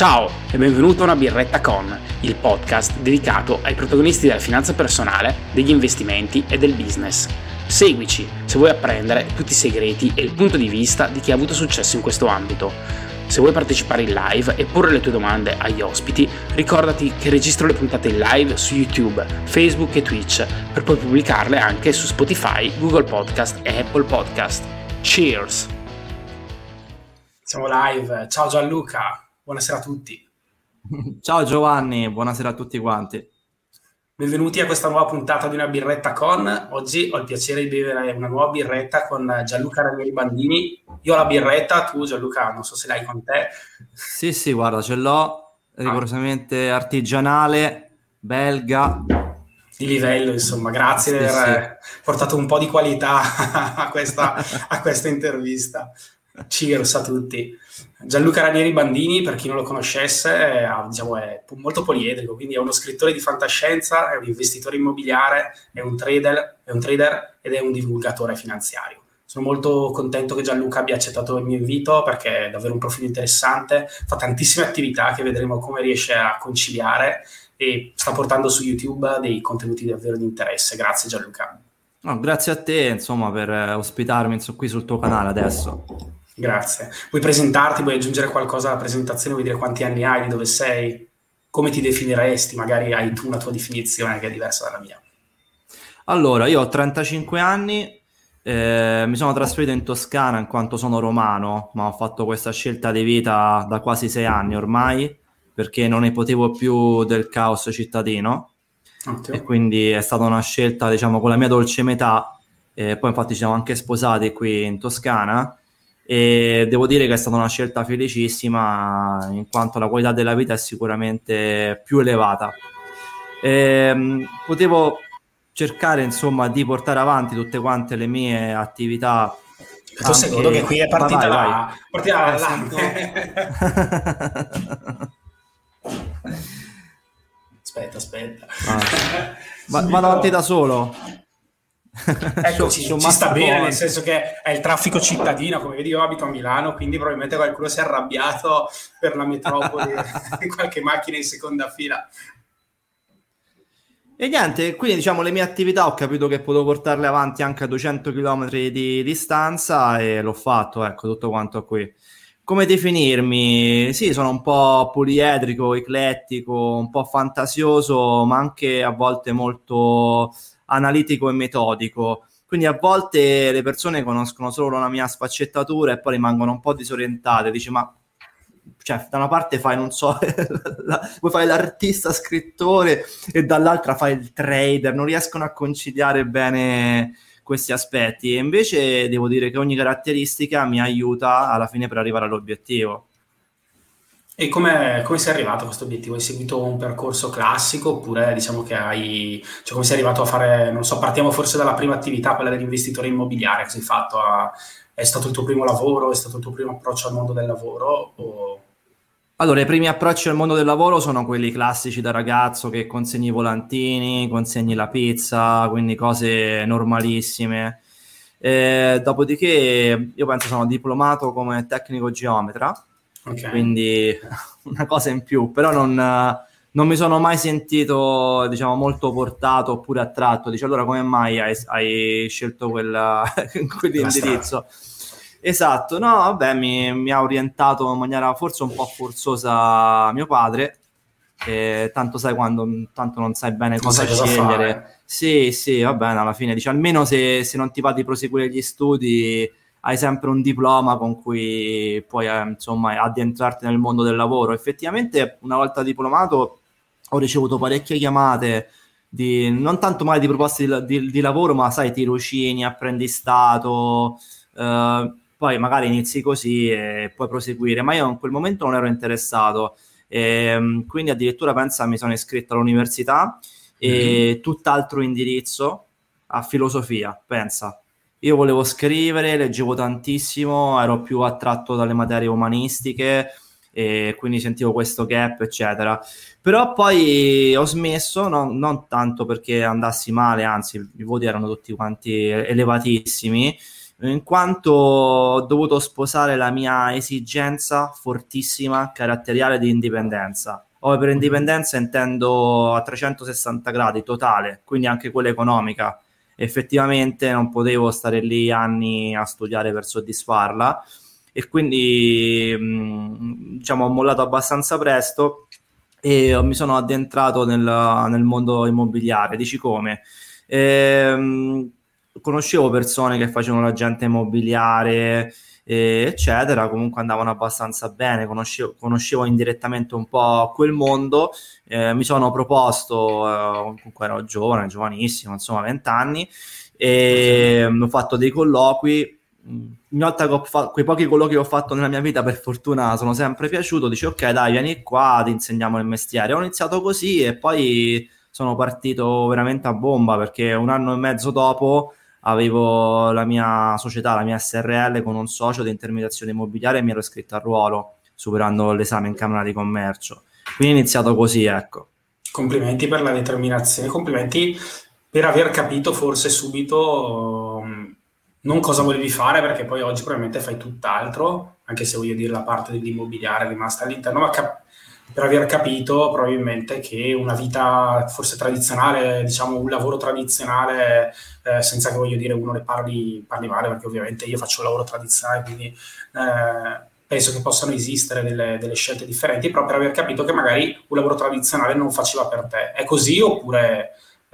Ciao e benvenuto a Una birretta con, il podcast dedicato ai protagonisti della finanza personale, degli investimenti e del business. Seguici se vuoi apprendere tutti i segreti e il punto di vista di chi ha avuto successo in questo ambito. Se vuoi partecipare in live e porre le tue domande agli ospiti, ricordati che registro le puntate in live su YouTube, Facebook e Twitch, per poi pubblicarle anche su Spotify, Google Podcast e Apple Podcast. Cheers! Siamo live, ciao Gianluca! Buonasera a tutti. Ciao Giovanni, buonasera a tutti quanti. Benvenuti a questa nuova puntata di Una birretta con. Oggi ho il piacere di bere una nuova birretta con Gianluca Ranieri Bandini. Io ho la birretta, tu Gianluca non so se l'hai con te. Sì, guarda, ce l'ho, rigorosamente artigianale, belga. Di livello, insomma, grazie di aver portato un po' di qualità a questa intervista. Cheers a tutti. Gianluca Ranieri Bandini, per chi non lo conoscesse, è molto poliedrico, quindi è uno scrittore di fantascienza, è un investitore immobiliare, è un trader ed è un divulgatore finanziario. Sono molto contento che Gianluca abbia accettato il mio invito perché è davvero un profilo interessante, fa tantissime attività che vedremo come riesce a conciliare e sta portando su YouTube dei contenuti davvero di interesse. Grazie Gianluca. No, grazie a te, insomma, per ospitarmi qui sul tuo canale adesso. Grazie. Vuoi presentarti, vuoi aggiungere qualcosa alla presentazione, vuoi dire quanti anni hai, di dove sei, come ti definiresti? Magari hai tu una tua definizione che è diversa dalla mia. Allora, io ho 35 anni, mi sono trasferito in Toscana in quanto sono romano, ma ho fatto questa scelta di vita da quasi 6 anni ormai, perché non ne potevo più del caos cittadino. Okay. E quindi è stata una scelta, diciamo, con la mia dolce metà, poi infatti ci siamo anche sposati qui in Toscana e devo dire che è stata una scelta felicissima in quanto la qualità della vita è sicuramente più elevata. Potevo cercare, insomma, di portare avanti tutte quante le mie attività. Un secondo che qui è partita la Aspetta. Vado avanti da solo. Eccoci, ci sta bene, nel senso che è il traffico cittadino, come vedi io abito a Milano, quindi probabilmente qualcuno si è arrabbiato per la metropoli, qualche macchina in seconda fila. E niente, quindi diciamo le mie attività ho capito che potevo portarle avanti anche a 200 km di distanza e l'ho fatto, ecco, tutto quanto qui. Come definirmi? Sì, sono un po' poliedrico, eclettico, un po' fantasioso, ma anche a volte molto analitico e metodico. Quindi a volte le persone conoscono solo la mia sfaccettatura e poi rimangono un po' disorientate. Dici, ma cioè, da una parte fai, non so, vuoi fare l'artista scrittore e dall'altra fai il trader, non riescono a conciliare bene questi aspetti e invece devo dire che ogni caratteristica mi aiuta alla fine per arrivare all'obiettivo. E come sei arrivato a questo obiettivo? Hai seguito un percorso classico oppure diciamo che come sei arrivato a fare, non so, partiamo forse dalla prima attività, quella dell'investitore immobiliare che sei fatto, è stato il tuo primo lavoro, è stato il tuo primo approccio al mondo del lavoro? Allora, i primi approcci al mondo del lavoro sono quelli classici da ragazzo che consegni i volantini, consegni la pizza, quindi cose normalissime. Dopodiché io penso sono diplomato come tecnico geometra, okay. Quindi una cosa in più, però non mi sono mai sentito, diciamo, molto portato oppure attratto. Dice, allora come mai hai scelto quell'indirizzo? Esatto, no, vabbè, mi ha orientato in maniera forse un po' forzosa mio padre, tanto sai quando tanto non sai bene cosa scegliere. Sì, va bene, alla fine dice, almeno se non ti va di proseguire gli studi hai sempre un diploma con cui puoi insomma addentrarti nel mondo del lavoro. Effettivamente una volta diplomato ho ricevuto parecchie chiamate non tanto mai di proposte di lavoro, ma sai, tirocini, apprendistato, poi magari inizi così e puoi proseguire, ma io in quel momento non ero interessato, quindi addirittura pensa mi sono iscritto all'università e tutt'altro indirizzo a filosofia, pensa. Io volevo scrivere, leggevo tantissimo, ero più attratto dalle materie umanistiche e quindi sentivo questo gap, eccetera. Però poi ho smesso, non tanto perché andassi male, anzi i voti erano tutti quanti elevatissimi, in quanto ho dovuto sposare la mia esigenza fortissima caratteriale di indipendenza. Per indipendenza intendo a 360 gradi totale, quindi anche quella economica. Effettivamente non potevo stare lì anni a studiare per soddisfarla, e quindi diciamo ho mollato abbastanza presto e mi sono addentrato nel mondo immobiliare. Dici come? Conoscevo persone che facevano l'agente immobiliare, eccetera, comunque andavano abbastanza bene, conoscevo indirettamente un po' quel mondo, mi sono proposto, comunque ero giovanissimo, insomma 20 anni, e ho fatto dei colloqui. Una volta che quei pochi colloqui che ho fatto nella mia vita, per fortuna sono sempre piaciuto, dice ok dai vieni qua, ti insegniamo il mestiere. Ho iniziato così e poi sono partito veramente a bomba, perché 1 anno e mezzo dopo avevo la mia società, la mia SRL, con un socio di intermediazione immobiliare, e mi ero iscritto al ruolo, superando l'esame in Camera di Commercio. Quindi è iniziato così, ecco. Complimenti per la determinazione, complimenti per aver capito forse subito non cosa volevi fare, perché poi oggi probabilmente fai tutt'altro, anche se voglio dire la parte dell'immobiliare è rimasta all'interno, ma per aver capito probabilmente che una vita forse tradizionale, diciamo un lavoro tradizionale, senza che voglio dire uno ne parli male, perché ovviamente io faccio un lavoro tradizionale, quindi penso che possano esistere delle scelte differenti, però per aver capito che magari un lavoro tradizionale non faceva per te. È così, oppure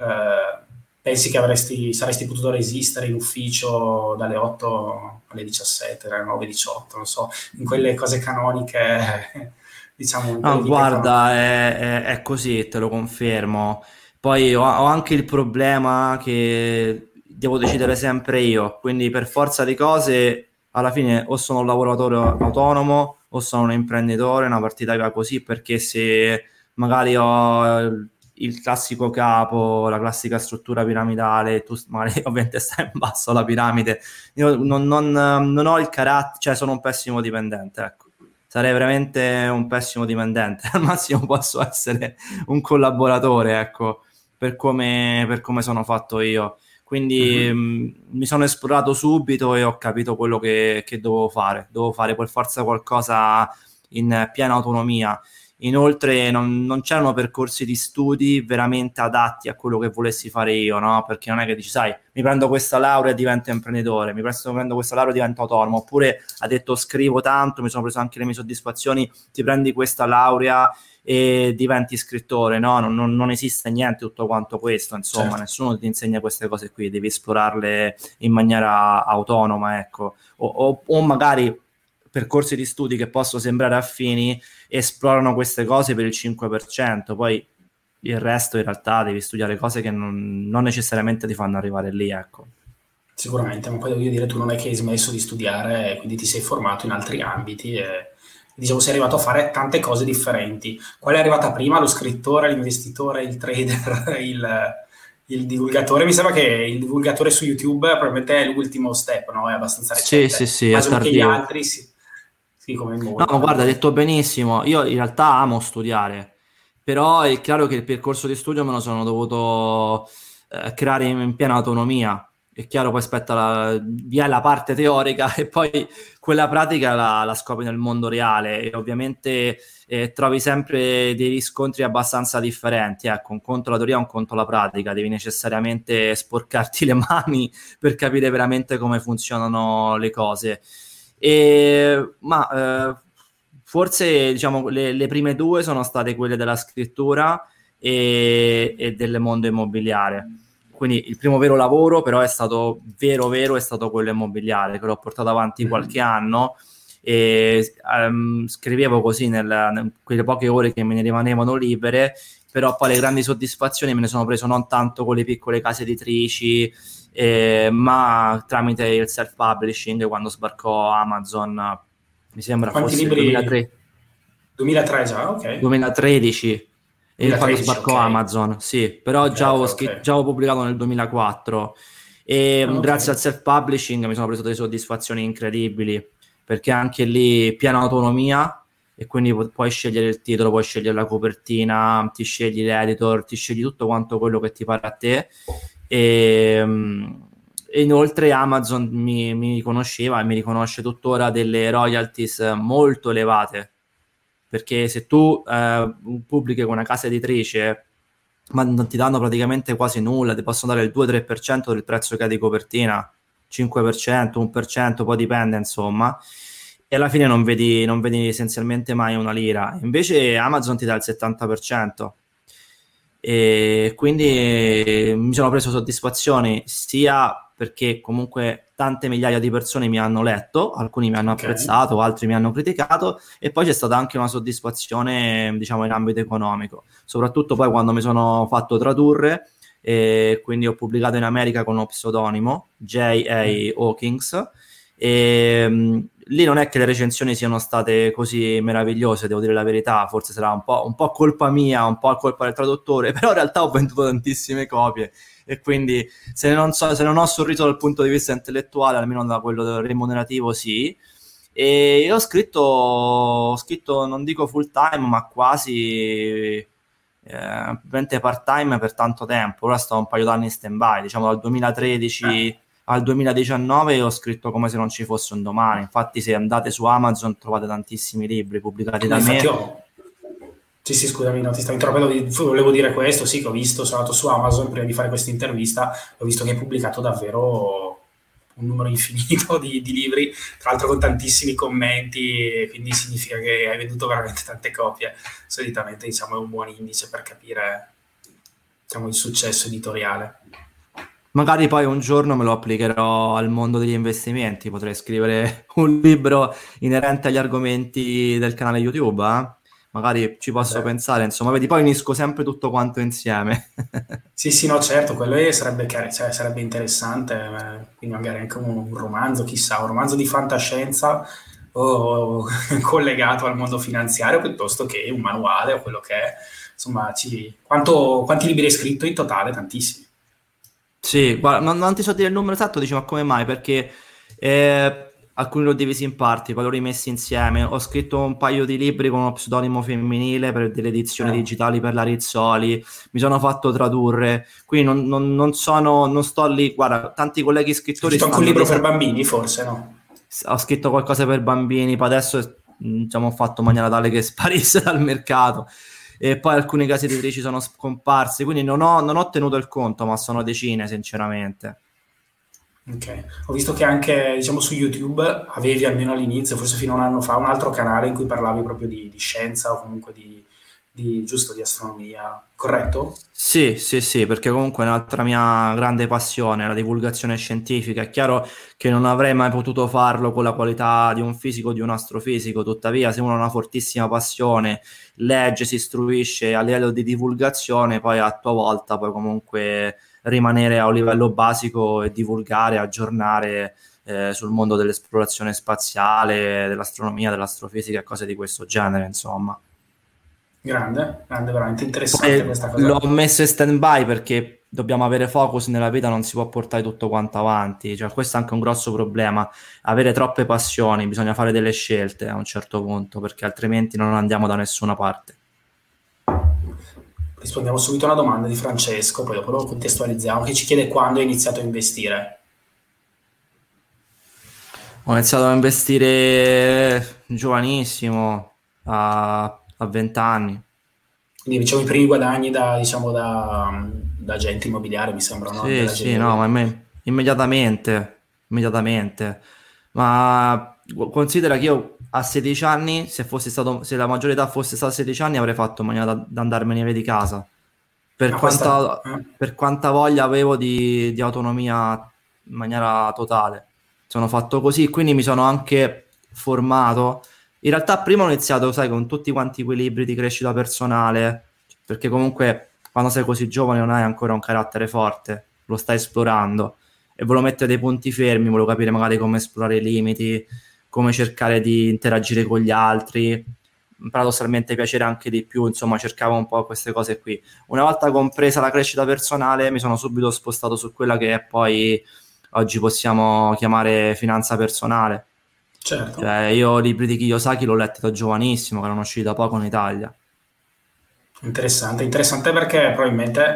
pensi che saresti potuto resistere in ufficio dalle 8 alle 17, dalle 9 alle 18, non so, in quelle cose canoniche, diciamo. No, guarda, è così, te lo confermo. Poi ho anche il problema che devo decidere sempre io, quindi per forza di cose alla fine o sono un lavoratore autonomo o sono un imprenditore, una partita IVA così, perché se magari ho il classico capo, la classica struttura piramidale, tu magari ovviamente stai in basso alla piramide, io non ho il carattere, cioè sono un pessimo dipendente, ecco. Sarei veramente un pessimo dipendente. Al massimo posso essere un collaboratore, ecco, per come sono fatto io. Quindi mi sono esplorato subito e ho capito quello che dovevo fare. Dovevo fare per forza qualcosa in piena autonomia. Inoltre non c'erano percorsi di studi veramente adatti a quello che volessi fare io, no? Perché non è che dici, sai, mi prendo questa laurea e divento imprenditore, prendo questa laurea e divento autonomo, oppure ha detto scrivo tanto, mi sono preso anche le mie soddisfazioni, ti prendi questa laurea e diventi scrittore, no? Non esiste niente tutto quanto questo, insomma, certo. Nessuno ti insegna queste cose qui, devi esplorarle in maniera autonoma, ecco, o magari percorsi di studi che possono sembrare affini esplorano queste cose per il 5%, poi il resto in realtà devi studiare cose che non necessariamente ti fanno arrivare lì, ecco. Sicuramente, ma poi devo dire, tu non è che hai smesso di studiare, quindi ti sei formato in altri ambiti e diciamo sei arrivato a fare tante cose differenti. Qual è arrivata prima? Lo scrittore, l'investitore, il trader, il divulgatore? Mi sembra che il divulgatore su YouTube probabilmente è l'ultimo step, no? È abbastanza recente. Sì, è tardivo. Che gli altri sì, come molto. No, guarda, hai detto benissimo. Io in realtà amo studiare, però è chiaro che il percorso di studio me lo sono dovuto creare in piena autonomia. È chiaro, poi vi è la parte teorica e poi quella pratica la scopri nel mondo reale, e ovviamente trovi sempre dei riscontri abbastanza differenti. Ecco, un conto la teoria, un conto la pratica, devi necessariamente sporcarti le mani per capire veramente come funzionano le cose. Forse diciamo le prime due sono state quelle della scrittura e del mondo immobiliare. Quindi il primo vero lavoro però è stato vero è stato quello immobiliare, che l'ho portato avanti qualche anno, e scrivevo così quelle poche ore che me ne rimanevano libere, però poi le grandi soddisfazioni me ne sono preso non tanto con le piccole case editrici, ma tramite il self-publishing, quando sbarcò Amazon, mi sembra quanti fosse libri? il 2003 già, ok. 2013. E quando sbarcò okay. Amazon, sì, però okay, già avevo pubblicato nel 2004 e grazie al self-publishing mi sono preso delle soddisfazioni incredibili, perché anche lì piena autonomia, e quindi puoi scegliere il titolo, puoi scegliere la copertina, ti scegli l'editor, ti scegli tutto quanto quello che ti pare a te, e E inoltre Amazon mi conosceva e mi riconosce tuttora delle royalties molto elevate, perché se tu pubblichi con una casa editrice, ma non ti danno praticamente quasi nulla, ti possono dare il 2-3% del prezzo che hai di copertina, 5%, 1%, poi dipende, insomma, e alla fine non vedi essenzialmente mai una lira. Invece Amazon ti dà il 70%. E quindi mi sono preso soddisfazione sia perché comunque tante migliaia di persone mi hanno letto, alcuni mi hanno apprezzato, altri mi hanno criticato, e poi c'è stata anche una soddisfazione, diciamo, in ambito economico, soprattutto poi quando mi sono fatto tradurre, e quindi ho pubblicato in America con uno pseudonimo, J.A. Hawkins, e lì non è che le recensioni siano state così meravigliose, devo dire la verità, forse sarà un po' colpa mia, un po' colpa del traduttore, però in realtà ho venduto tantissime copie, e quindi se non ho sorriso dal punto di vista intellettuale, almeno da quello remunerativo sì. E io ho scritto non dico full time, ma quasi part time per tanto tempo. Ora sto un paio d'anni in stand by, diciamo dal 2013 al 2019 ho scritto come se non ci fosse un domani. Infatti se andate su Amazon trovate tantissimi libri pubblicati da me. Sì, scusami, no, ti sto interrompendo, volevo dire questo, sì, che ho visto, sono andato su Amazon prima di fare questa intervista, ho visto che hai pubblicato davvero un numero infinito di libri, tra l'altro con tantissimi commenti, quindi significa che hai venduto veramente tante copie. Solitamente, diciamo, è un buon indice per capire, diciamo, il successo editoriale. Magari poi un giorno me lo applicherò al mondo degli investimenti, potrei scrivere un libro inerente agli argomenti del canale YouTube, magari ci posso pensare, insomma, vedi, poi unisco sempre tutto quanto insieme. Sì, no, certo, quello sarebbe interessante, quindi magari anche un romanzo, chissà, un romanzo di fantascienza o collegato al mondo finanziario, piuttosto che un manuale o quello che è. Insomma, quanti libri hai scritto in totale? Tantissimi. Sì, guarda, non ti so dire il numero esatto, dici, ma come mai? Perché alcuni l'ho divisi in parti, poi l'ho rimessi insieme. Ho scritto un paio di libri con uno pseudonimo femminile per delle edizioni digitali per la Rizzoli, mi sono fatto tradurre, quindi non sto lì, guarda, tanti colleghi scrittori... Hai scritto anche un libro per bambini, forse, no? Ho scritto qualcosa per bambini, poi adesso diciamo, ho fatto in maniera tale che sparisse dal mercato. E poi alcune case editrici sono scomparse, quindi non ho tenuto il conto, ma sono decine, sinceramente. Ok, ho visto che anche, diciamo, su YouTube avevi, almeno all'inizio, forse fino a un anno fa, un altro canale in cui parlavi proprio di scienza o comunque giusto di astronomia, corretto? Sì, perché comunque è un'altra mia grande passione, la divulgazione scientifica. È chiaro che non avrei mai potuto farlo con la qualità di un fisico o di un astrofisico, tuttavia se uno ha una fortissima passione, legge, si istruisce a livello di divulgazione, poi a tua volta puoi comunque rimanere a un livello basico e divulgare, aggiornare sul mondo dell'esplorazione spaziale, dell'astronomia, dell'astrofisica e cose di questo genere, insomma. Grande, veramente interessante Poi questa cosa. l'ho messo in stand by perché dobbiamo avere focus nella vita, non si può portare tutto quanto avanti, cioè questo è anche un grosso problema, avere troppe passioni, bisogna fare delle scelte a un certo punto perché altrimenti non andiamo da nessuna parte. Rispondiamo subito a una domanda di Francesco, poi dopo lo contestualizziamo, che ci chiede quando hai iniziato a investire. Ho iniziato a investire giovanissimo, a 20 anni. Quindi diciamo i primi guadagni da agente immobiliare, mi sembrano. Sì, no, ma immediatamente. Ma considera che io a 16 anni, se la maggiore età fosse stata 16 anni, avrei fatto in maniera da andarmene via di casa. Per quanta voglia avevo di autonomia in maniera totale. Sono fatto così, quindi mi sono anche formato. In realtà prima ho iniziato, sai, con tutti quanti quei libri di crescita personale, perché comunque quando sei così giovane non hai ancora un carattere forte, lo stai esplorando e volevo mettere dei punti fermi, volevo capire magari come esplorare i limiti, come cercare di interagire con gli altri, paradossalmente piacere anche di più, insomma cercavo un po' queste cose qui. Una volta compresa la crescita personale mi sono subito spostato su quella che è poi oggi possiamo chiamare finanza personale. Certo. Cioè, io libri di Kiyosaki l'ho letti da giovanissimo, che erano usciti da poco in Italia. Interessante perché probabilmente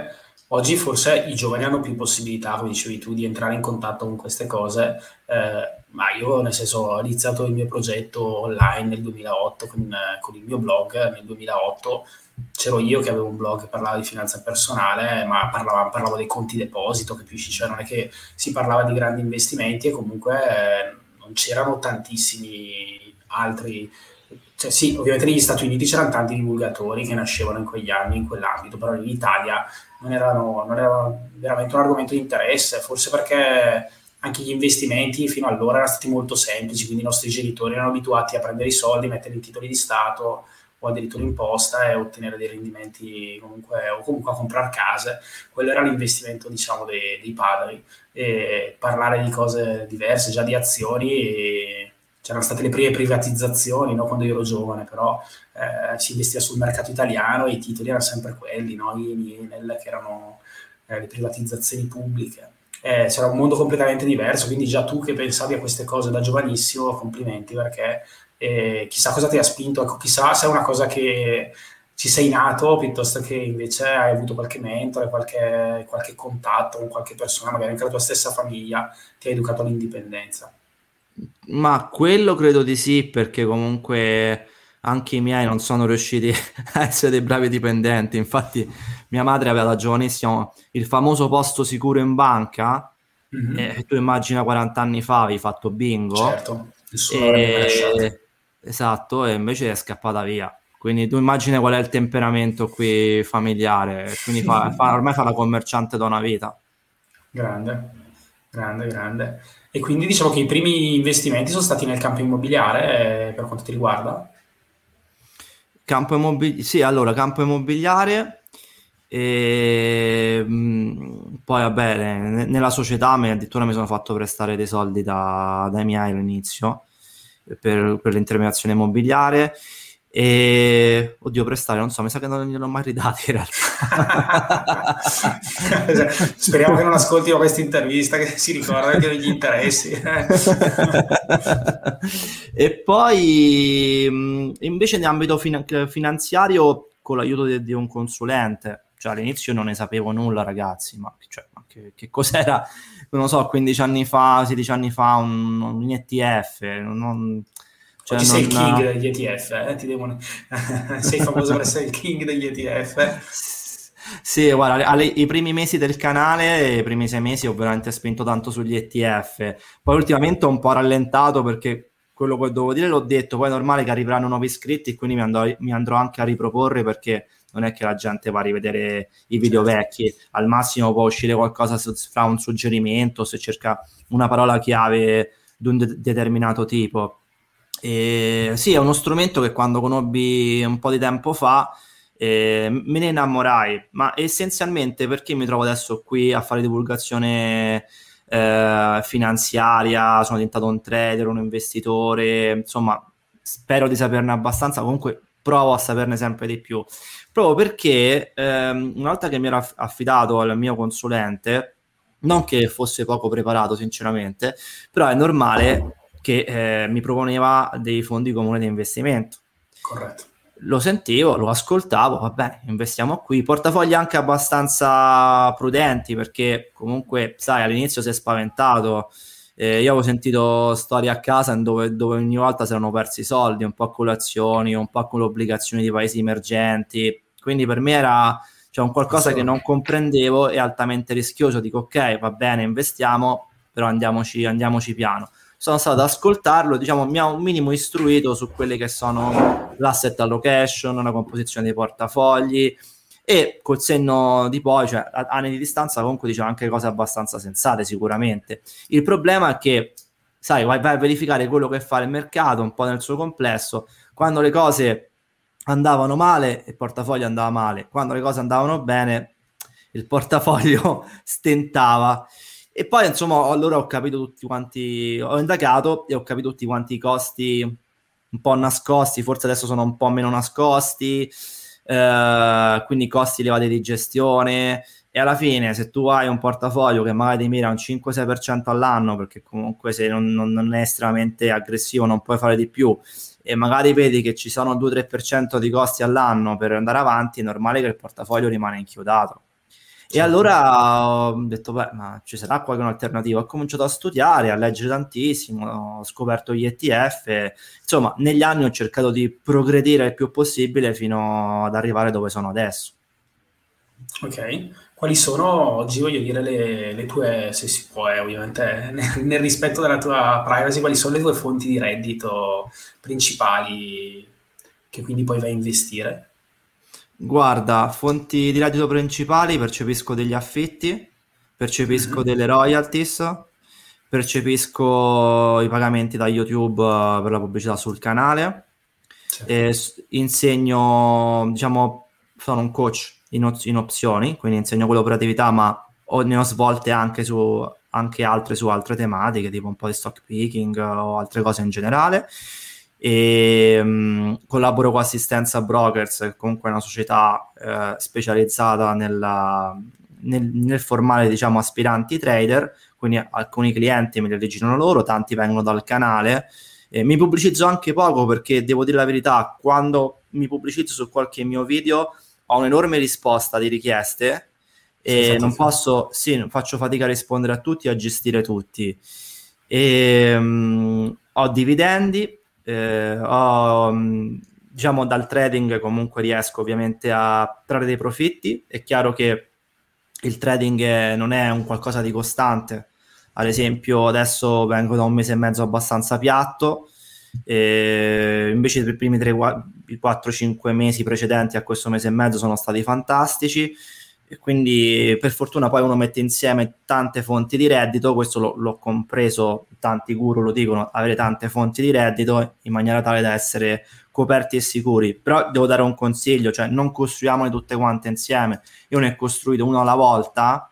Oggi forse i giovani hanno più possibilità, come dicevi tu, di entrare in contatto con queste cose, ma io nel senso ho iniziato il mio progetto online nel 2008 con il mio blog. Nel 2008 c'ero io che avevo un blog che parlava di finanza personale, ma parlavo dei conti deposito, capisci? Cioè non è che si parlava di grandi investimenti, e comunque non c'erano tantissimi altri. Cioè sì, ovviamente negli Stati Uniti c'erano tanti divulgatori che nascevano in quegli anni, in quell'ambito, però in Italia non era veramente un argomento di interesse, forse perché anche gli investimenti fino allora erano stati molto semplici, quindi i nostri genitori erano abituati a prendere i soldi, metterli in titoli di Stato o addirittura in posta e ottenere dei rendimenti comunque, o comunque a comprare case. Quello era l'investimento, diciamo, dei padri. E parlare di cose diverse, già di azioni, e c'erano state le prime privatizzazioni, no, quando io ero giovane, però si investiva sul mercato italiano e i titoli erano sempre quelli, no, i Enel, che erano le privatizzazioni pubbliche. C'era un mondo completamente diverso, quindi già tu che pensavi a queste cose da giovanissimo, complimenti, perché chissà cosa ti ha spinto, ecco, chissà se è una cosa che ci sei nato, piuttosto che invece hai avuto qualche mentore, qualche contatto con qualche persona, magari anche la tua stessa famiglia, ti ha educato all'indipendenza. Ma quello credo di sì, perché comunque anche i miei non sono riusciti a essere dei bravi dipendenti. Infatti, mia madre aveva da giovanissimo il famoso posto sicuro in banca. Mm-hmm. Tu immagina 40 anni fa avevi fatto bingo, Certo, nessuno l'avrebbe mai lasciato. esatto, e invece è scappata via. Quindi tu immagina qual è il temperamento qui familiare. Quindi ormai fa la commerciante da una vita. Grande, grande, grande. E quindi diciamo che i primi investimenti sono stati nel campo immobiliare, per quanto ti riguarda? Sì, allora, campo immobiliare e poi vabbè, nella società addirittura mi sono fatto prestare dei soldi dai miei all'inizio per l'intermediazione immobiliare e oddio, prestare, non so, mi sa che non gliel'ho mai ridati in realtà. Speriamo che non ascoltino questa intervista, che si ricordano che non gli interessi. E poi invece in ambito finanziario con l'aiuto di un consulente, cioè all'inizio non ne sapevo nulla, ragazzi, ma che cos'era, non lo so, 15 anni fa, 16 anni fa un ETF, cioè Oggi sei il king degli ETF, ti devono. Sei famoso per essere il king degli ETF. Sì, guarda, i primi mesi del canale, i primi 6 mesi ho veramente spinto tanto sugli ETF, poi ultimamente ho un po' rallentato perché quello che devo dire l'ho detto, poi è normale che arriveranno nuovi iscritti, quindi mi andrò anche a riproporre perché non è che la gente va a rivedere i video vecchi, al massimo può uscire qualcosa fra un suggerimento, se cerca una parola chiave di un determinato tipo. E sì, è uno strumento che quando conobbi un po' di tempo fa me ne innamorai, ma essenzialmente perché mi trovo adesso qui a fare divulgazione finanziaria, sono diventato un trader, un investitore, insomma, spero di saperne abbastanza, comunque provo a saperne sempre di più. Proprio perché una volta che mi ero affidato al mio consulente, non che fosse poco preparato sinceramente, però è normale che mi proponeva dei fondi comuni di investimento. Corretto. Lo sentivo, lo ascoltavo, va bene, investiamo qui. Portafogli anche abbastanza prudenti perché comunque, sai, all'inizio si è spaventato. Io avevo sentito storie a casa dove ogni volta si erano persi i soldi, un po' con le azioni, un po' con le obbligazioni di paesi emergenti. Quindi per me era un qualcosa che non comprendevo e altamente rischioso. Dico, ok, va bene, investiamo, però andiamoci piano. Sono stato ad ascoltarlo, diciamo, mi ha un minimo istruito su quelle che sono l'asset allocation, la composizione dei portafogli e col senno di poi, cioè a anni di distanza, comunque diceva anche cose abbastanza sensate sicuramente. Il problema è che, sai, vai a verificare quello che fa il mercato un po' nel suo complesso, quando le cose andavano male il portafoglio andava male, quando le cose andavano bene il portafoglio stentava. E poi, insomma, allora ho capito tutti quanti, ho indagato e ho capito tutti quanti i costi un po' nascosti, forse adesso sono un po' meno nascosti, quindi costi elevati di gestione. E alla fine, se tu hai un portafoglio che magari ti mira un 5-6% all'anno, perché comunque se non è estremamente aggressivo non puoi fare di più, e magari vedi che ci sono 2-3% di costi all'anno per andare avanti, è normale che il portafoglio rimane inchiodato. E allora ho detto, beh, ma ci sarà qualche alternativa? Ho cominciato a studiare, a leggere tantissimo, ho scoperto gli ETF, insomma, negli anni ho cercato di progredire il più possibile fino ad arrivare dove sono adesso. Ok, quali sono oggi, voglio dire, le tue, se si può, ovviamente, nel rispetto della tua privacy, quali sono le tue fonti di reddito principali che quindi poi vai a investire? Guarda, fonti di reddito principali, percepisco degli affitti, percepisco Mhm. delle royalties, percepisco i pagamenti da YouTube per la pubblicità sul canale, Sì. insegno, diciamo, sono un coach in opzioni, quindi insegno quell'operatività, ma ne ho svolte anche altre su altre tematiche, tipo un po' di stock picking o altre cose in generale. E collaboro con Assistenza Brokers, che comunque è una società specializzata nel formare, diciamo, aspiranti trader, quindi alcuni clienti me li originano loro, tanti vengono dal canale. Mi pubblicizzo anche poco perché devo dire la verità, quando mi pubblicizzo su qualche mio video ho un'enorme risposta di richieste Fai e non fatica. posso, sì, faccio fatica a rispondere a tutti e a gestire tutti. E, ho dividendi, diciamo dal trading comunque riesco ovviamente a trarre dei profitti. È chiaro che il trading non è un qualcosa di costante. Ad esempio, adesso vengo da un mese e mezzo abbastanza piatto, invece i primi 4-5 mesi precedenti a questo mese e mezzo sono stati fantastici. E quindi per fortuna poi uno mette insieme tante fonti di reddito, questo l'ho compreso, tanti guru lo dicono, avere tante fonti di reddito in maniera tale da essere coperti e sicuri. Però devo dare un consiglio, cioè non costruiamole tutte quante insieme. Io ne ho costruito uno alla volta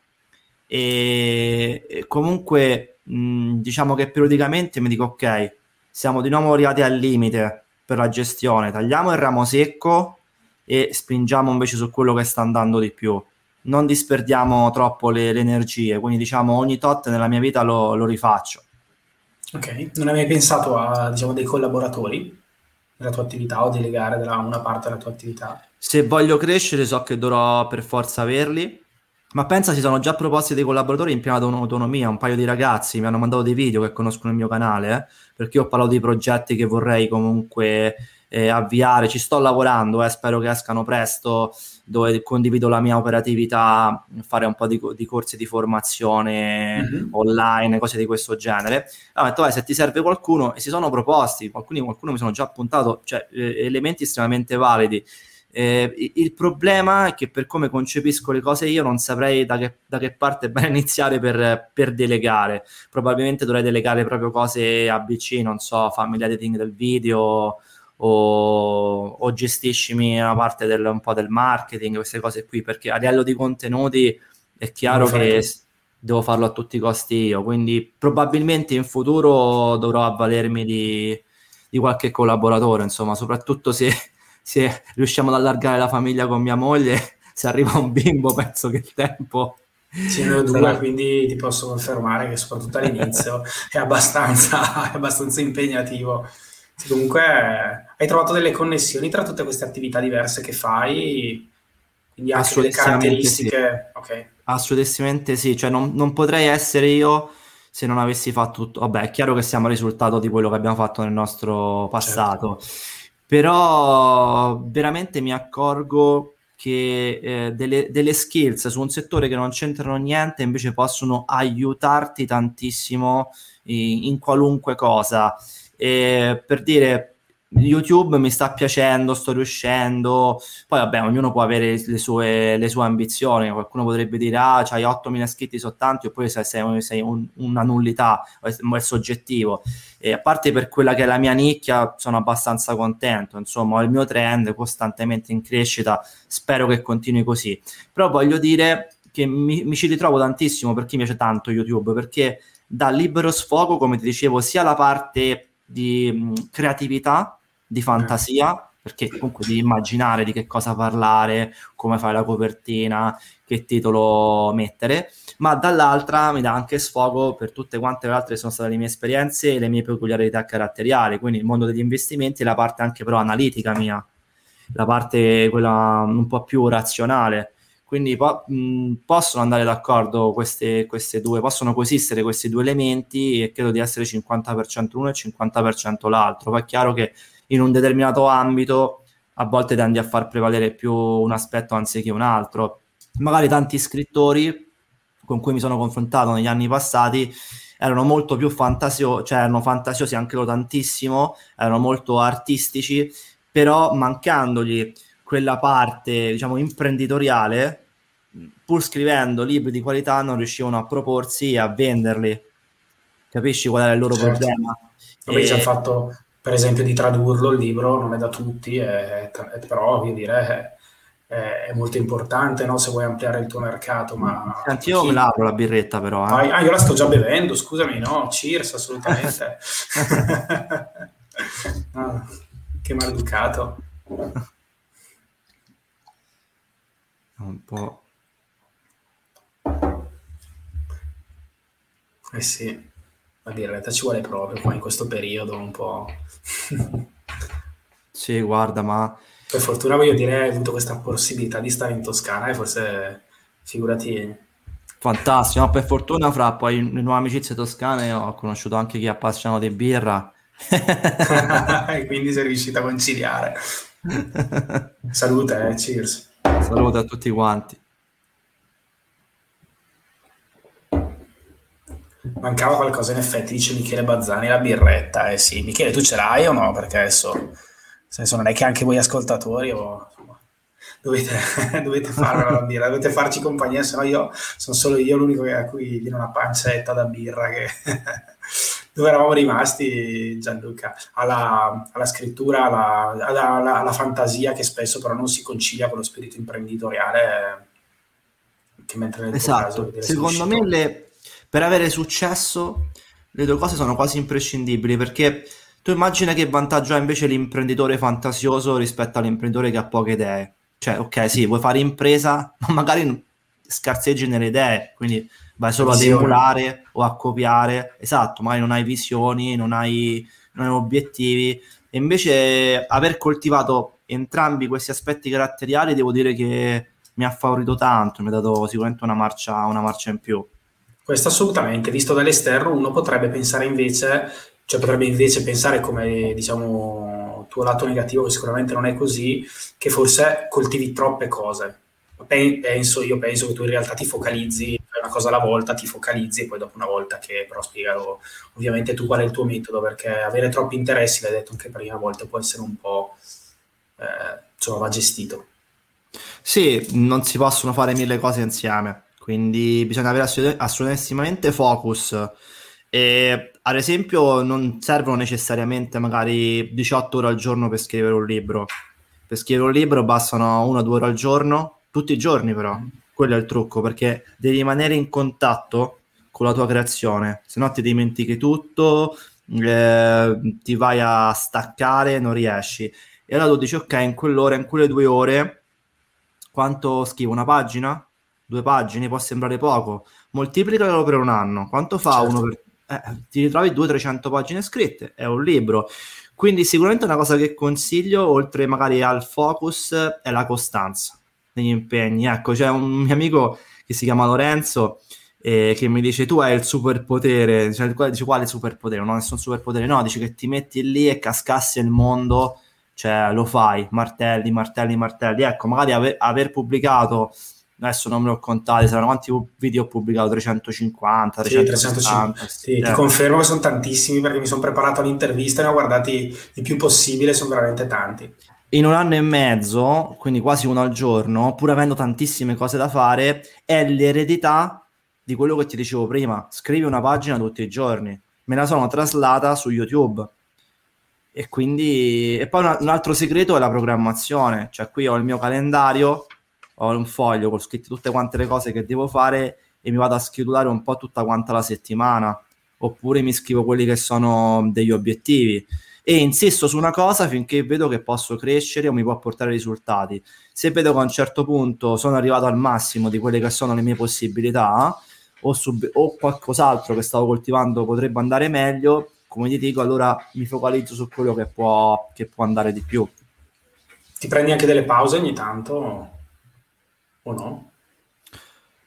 e comunque diciamo che periodicamente mi dico ok, siamo di nuovo arrivati al limite per la gestione, tagliamo il ramo secco e spingiamo invece su quello che sta andando di più. Non disperdiamo troppo le energie, quindi diciamo ogni tot nella mia vita lo rifaccio. Ok, non hai mai pensato a, diciamo, dei collaboratori nella tua attività o delegare una parte della tua attività? Se voglio crescere so che dovrò per forza averli, ma pensa, si sono già proposti dei collaboratori in piena autonomia, un paio di ragazzi mi hanno mandato dei video che conoscono il mio canale, perché io ho parlato di progetti che vorrei comunque avviare, ci sto lavorando, spero che escano presto, dove condivido la mia operatività, fare un po' di corsi di formazione Mhm. online, cose di questo genere. Ho detto, se ti serve qualcuno, e si sono proposti, qualcuno mi sono già appuntato, cioè elementi estremamente validi. Il problema è che per come concepisco le cose io non saprei da che parte bene iniziare per delegare. Probabilmente dovrei delegare proprio cose ABC, non so, family editing del video o gestiscimi una parte un po' del marketing, queste cose qui, perché a livello di contenuti è Lo vuoi chiaro fare che tu? devo farlo a tutti i costi io, quindi probabilmente in futuro dovrò avvalermi di qualche collaboratore, insomma, soprattutto se riusciamo ad allargare la famiglia con mia moglie, se arriva un bimbo, penso che il tempo Sì, noi ho due, sarà... quindi ti posso confermare che soprattutto all'inizio è abbastanza impegnativo. Sì, comunque hai trovato delle connessioni tra tutte queste attività diverse che fai, quindi anche delle Assolutissimamente sì, caratteristiche. Ok, assolutissimamente sì, cioè non potrei essere io se non avessi fatto tutto. Vabbè, è chiaro che siamo il risultato di quello che abbiamo fatto nel nostro certo. passato, però veramente mi accorgo che delle skills su un settore che non c'entrano niente invece possono aiutarti tantissimo in qualunque cosa. Per dire, YouTube mi sta piacendo, sto riuscendo. Poi vabbè, ognuno può avere le sue ambizioni. Qualcuno potrebbe dire, ah, c'hai 8.000 iscritti sono tanti, oppure sei una nullità, è soggettivo. E a parte per quella che è la mia nicchia, sono abbastanza contento. Insomma, ho il mio trend costantemente in crescita, spero che continui così. Però voglio dire che mi ci ritrovo tantissimo perché mi piace tanto YouTube, perché dà libero sfogo, come ti dicevo, sia la parte di creatività, di fantasia, perché comunque devi immaginare di che cosa parlare, come fare la copertina, che titolo mettere, ma dall'altra mi dà anche sfogo per tutte quante le altre sono state le mie esperienze e le mie peculiarità caratteriali, quindi il mondo degli investimenti e la parte anche però analitica mia, la parte quella un po' più razionale. quindi possono andare d'accordo queste due, possono coesistere questi due elementi, e credo di essere 50% l'uno e 50% l'altro. Poi è chiaro che in un determinato ambito a volte tendi a far prevalere più un aspetto anziché un altro. Magari tanti scrittori con cui mi sono confrontato negli anni passati erano molto più fantasiosi, cioè erano fantasiosi anche loro tantissimo, erano molto artistici, però mancandogli quella parte, diciamo, imprenditoriale, pur scrivendo libri di qualità non riuscivano a proporsi e a venderli. Capisci qual era il loro problema? Vabbè, c'è il fatto, per esempio, di tradurlo, il libro non è da tutti, però, voglio dire, è molto importante, no? Se vuoi ampliare il tuo mercato, ma Senti, io me la apro la birretta, però. Io la sto già bevendo, scusami, no? Cheers, assolutamente. Ah, che maleducato. Un po'. Eh sì, la birretta ci vuole proprio qua in questo periodo un po'. Sì, guarda, ma Per fortuna, voglio dire, hai avuto questa possibilità di stare in Toscana e forse, figurati. fantastico, no? Per fortuna fra poi le nuove amicizie toscane ho conosciuto anche chi è appassionato di birra. E quindi sei riuscita a conciliare. Salute, cheers. Saluto a tutti quanti. Mancava qualcosa in effetti, dice Michele Bazzani, la birretta. Eh sì, Michele, tu ce l'hai o no? Perché adesso, nel senso, non è che anche voi ascoltatori insomma, dovete farvela la birra, dovete farci compagnia, se no io sono solo io l'unico a cui viene una pancetta da birra. Dove eravamo rimasti, Gianluca? Alla scrittura, alla fantasia, che spesso però non si concilia con lo spirito imprenditoriale, che mentre nel tuo caso Esatto, secondo me per avere successo le due cose sono quasi imprescindibili, perché tu immagina che vantaggio ha invece l'imprenditore fantasioso rispetto all'imprenditore che ha poche idee. Cioè, ok, sì, vuoi fare impresa, ma magari scarseggi nelle idee, quindi vai solo ad emulare o a copiare. Esatto, magari non hai visioni, non hai obiettivi. E invece aver coltivato entrambi questi aspetti caratteriali, devo dire che mi ha favorito tanto, mi ha dato sicuramente una marcia in più. Questo assolutamente, visto dall'esterno uno potrebbe pensare invece, cioè potrebbe invece pensare, come diciamo tuo lato negativo, che sicuramente non è così, che forse coltivi troppe cose. Io penso che tu in realtà ti focalizzi, fai una cosa alla volta, ti focalizzi, e poi dopo una volta che però spiegalo ovviamente tu qual è il tuo metodo, perché avere troppi interessi, l'hai detto anche prima, a volte può essere un po' insomma, va gestito. Sì, non si possono fare mille cose insieme, quindi bisogna avere assolutissimamente focus. E ad esempio non servono necessariamente magari 18 ore al giorno per scrivere un libro. Per scrivere un libro bastano 1 o 2 ore al giorno, tutti i giorni però. Quello è il trucco, perché devi rimanere in contatto con la tua creazione, se no ti dimentichi tutto, ti vai a staccare, non riesci. E allora tu dici, ok, in quell'ora, in quelle 2 ore, quanto scrivo? Una pagina? 2 pagine? Può sembrare poco. Moltiplicalo per un anno. Quanto fa Certo. uno per... ti ritrovi 200-300 pagine scritte, è un libro. Quindi sicuramente una cosa che consiglio, oltre magari al focus, è la costanza negli impegni. Ecco, c'è un mio amico che si chiama Lorenzo, che mi dice: tu hai il superpotere. Cioè, dice: quale superpotere? Non ho nessun superpotere. No, dice che ti metti lì e cascassi il mondo, cioè lo fai, martelli, martelli, martelli. Ecco, magari aver pubblicato, adesso non me lo contate, saranno quanti video ho pubblicato? 350, 360. Sì, ti confermo che sono tantissimi, perché mi sono preparato all'intervista e ne ho guardati il più possibile, sono veramente tanti. In 1 anno e mezzo, quindi quasi uno al giorno, pur avendo tantissime cose da fare, è l'eredità di quello che ti dicevo prima. Scrivi una pagina tutti i giorni. Me la sono traslata su YouTube. E quindi... E poi un altro segreto è la programmazione. Cioè qui ho il mio calendario, ho un foglio con scritte tutte quante le cose che devo fare e mi vado a schedulare un po' tutta quanta la settimana. Oppure mi scrivo quelli che sono degli obiettivi. E insisto su una cosa finché vedo che posso crescere o mi può portare risultati. Se vedo che a un certo punto sono arrivato al massimo di quelle che sono le mie possibilità, o qualcos'altro che stavo coltivando potrebbe andare meglio, come ti dico, allora mi focalizzo su quello che può andare di più. Ti prendi anche delle pause ogni tanto o no?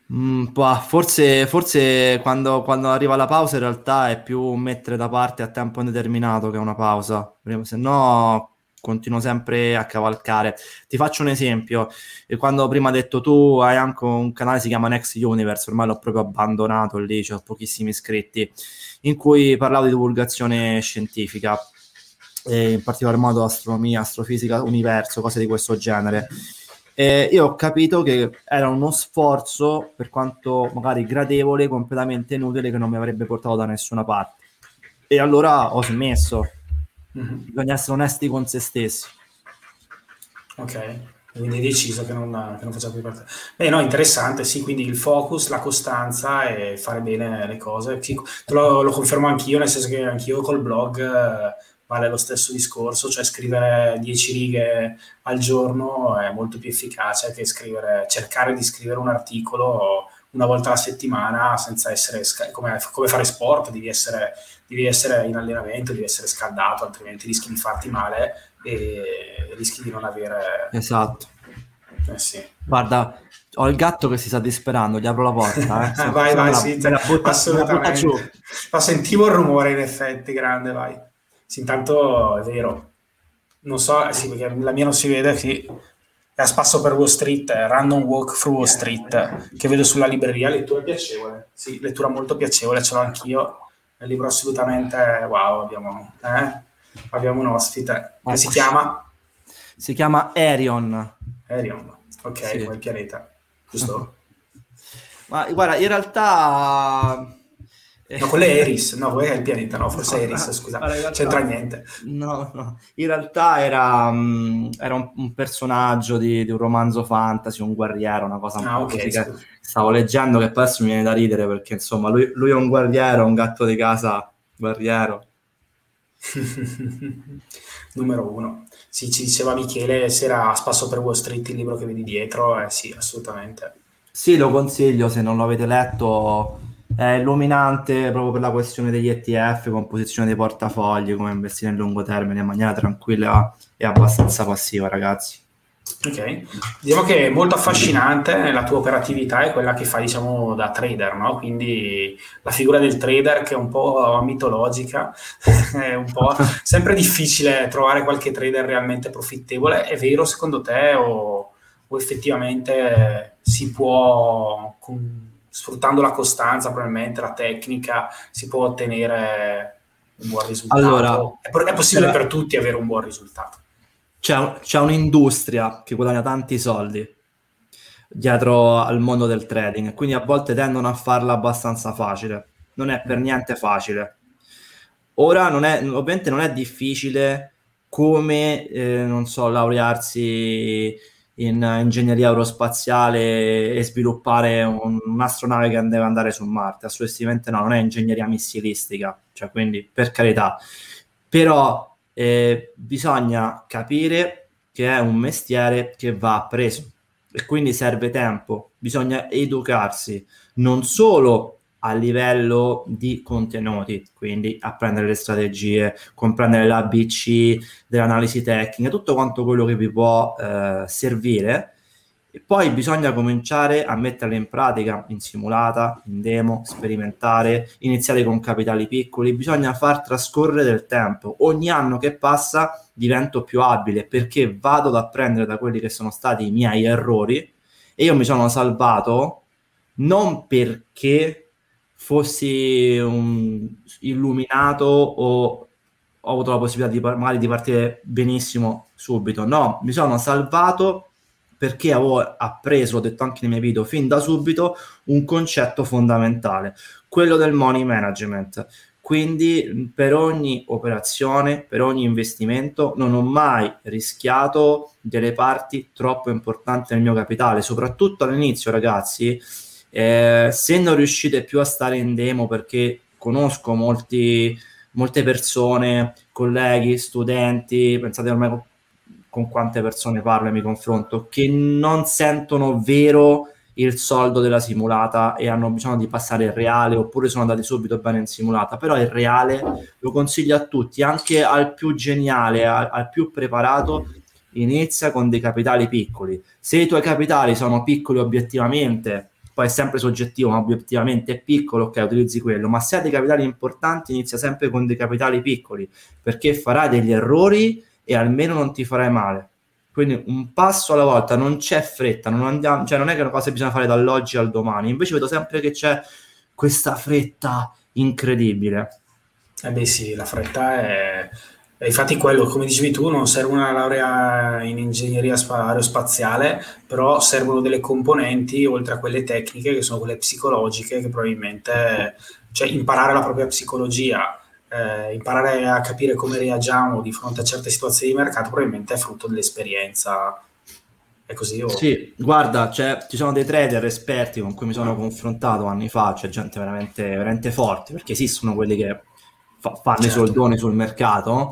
Forse quando arriva la pausa in realtà è più mettere da parte a tempo indeterminato che una pausa, se no continuo sempre a cavalcare. Ti faccio un esempio: quando prima hai detto tu hai anche un canale, si chiama Next Universe, ormai l'ho proprio abbandonato, lì ho pochissimi iscritti, in cui parlavo di divulgazione scientifica, in particolar modo astronomia, astrofisica, universo, cose di questo genere. Io ho capito che era uno sforzo, per quanto magari gradevole, completamente inutile, che non mi avrebbe portato da nessuna parte. E allora ho smesso. Bisogna essere onesti con se stessi. Ok, quindi hai deciso che non faccia più parte. Beh, no, interessante, sì, quindi il focus, la costanza e fare bene le cose. Sì, lo confermo anch'io, nel senso che anch'io col blog vale lo stesso discorso, cioè scrivere 10 righe al giorno è molto più efficace che cercare di scrivere un articolo una volta alla settimana senza essere come fare sport, devi essere in allenamento, devi essere scaldato, altrimenti rischi di farti male e rischi di non avere... Esatto. Sì. Guarda, ho il gatto che si sta disperando, gli apro la porta. Vai, sì, assolutamente. Ma sentivo il rumore, in effetti, grande, vai. Sì, intanto è vero. Non so, sì, perché la mia non si vede, sì. È a spasso per Wall Street, Random Walk Through Wall Street, che vedo sulla libreria, lettura piacevole. Sì, lettura molto piacevole, ce l'ho anch'io. È un libro assolutamente wow, abbiamo un ospite che si chiama? Si chiama Arion. Ok, sì. Come il pianeta, giusto? Ma guarda, in realtà... No, quello è Eris, no, quello è il pianeta, no, forse Eris, scusa, c'entra niente. No, in realtà era un personaggio di un romanzo fantasy, un guerriero, una cosa un po' così che stavo leggendo, che adesso mi viene da ridere perché insomma lui è un guerriero, un gatto di casa guerriero. Numero 1. Sì, ci diceva Michele, se era a spasso per Wall Street il libro che vedi dietro, sì, assolutamente. Sì, lo consiglio se non lo avete letto. È illuminante proprio per la questione degli ETF, composizione dei portafogli, come investire nel lungo termine in maniera tranquilla e abbastanza passiva, ragazzi. Ok, diciamo che è molto affascinante la tua operatività è quella che fai, diciamo, da trader, no? Quindi la figura del trader che è un po' mitologica, è un po' sempre difficile trovare qualche trader realmente profittevole. È vero secondo te o effettivamente si può, sfruttando la costanza, probabilmente la tecnica, si può ottenere un buon risultato? Allora, è possibile per tutti avere un buon risultato? C'è un'industria che guadagna tanti soldi dietro al mondo del trading, quindi a volte tendono a farla abbastanza facile. Non è per niente facile. Ora ovviamente non è difficile come, non so, laurearsi in ingegneria aerospaziale e sviluppare un'astronave che deve andare su Marte. Assolutamente no, non è ingegneria missilistica, cioè quindi per carità. Però bisogna capire che è un mestiere che va appreso e quindi serve tempo, bisogna educarsi non solo a livello di contenuti, quindi apprendere le strategie, comprendere l'ABC dell'analisi tecnica, tutto quanto quello che vi può servire. E poi bisogna cominciare a metterle in pratica in simulata, in demo, sperimentare, iniziare con capitali piccoli. Bisogna far trascorrere del tempo. Ogni anno che passa divento più abile perché vado ad apprendere da quelli che sono stati i miei errori e io mi sono salvato non perché fossi un illuminato o ho avuto la possibilità magari di partire benissimo subito. No, mi sono salvato perché avevo appreso, ho detto anche nei miei video, fin da subito un concetto fondamentale, quello del money management. Quindi per ogni operazione, per ogni investimento, non ho mai rischiato delle parti troppo importanti del mio capitale, soprattutto all'inizio, ragazzi. Se non riuscite più a stare in demo, perché conosco molte persone, colleghi, studenti, pensate ormai con quante persone parlo e mi confronto, che non sentono vero il soldo della simulata e hanno bisogno di passare il reale, oppure sono andati subito bene in simulata. Però il reale lo consiglio a tutti, anche al più geniale, al più preparato. Inizia con dei capitali piccoli. Se i tuoi capitali sono piccoli obiettivamente, poi è sempre soggettivo, ma obiettivamente è piccolo, ok, utilizzi quello, ma se hai dei capitali importanti inizia sempre con dei capitali piccoli, perché farai degli errori e almeno non ti farai male. Quindi un passo alla volta, non c'è fretta, non andiamo, cioè non è che è una cosa che bisogna fare dall'oggi al domani, invece vedo sempre che c'è questa fretta incredibile. Beh sì, la fretta è infatti quello, come dicevi tu, non serve una laurea in ingegneria aerospaziale, però servono delle componenti, oltre a quelle tecniche, che sono quelle psicologiche, che probabilmente, cioè imparare la propria psicologia, imparare a capire come reagiamo di fronte a certe situazioni di mercato, probabilmente è frutto dell'esperienza. È così o... Sì, guarda, ci sono dei trader esperti con cui mi sono confrontato anni fa, c'è gente veramente, veramente forte, perché esistono quelli che fanno i soldoni sul mercato,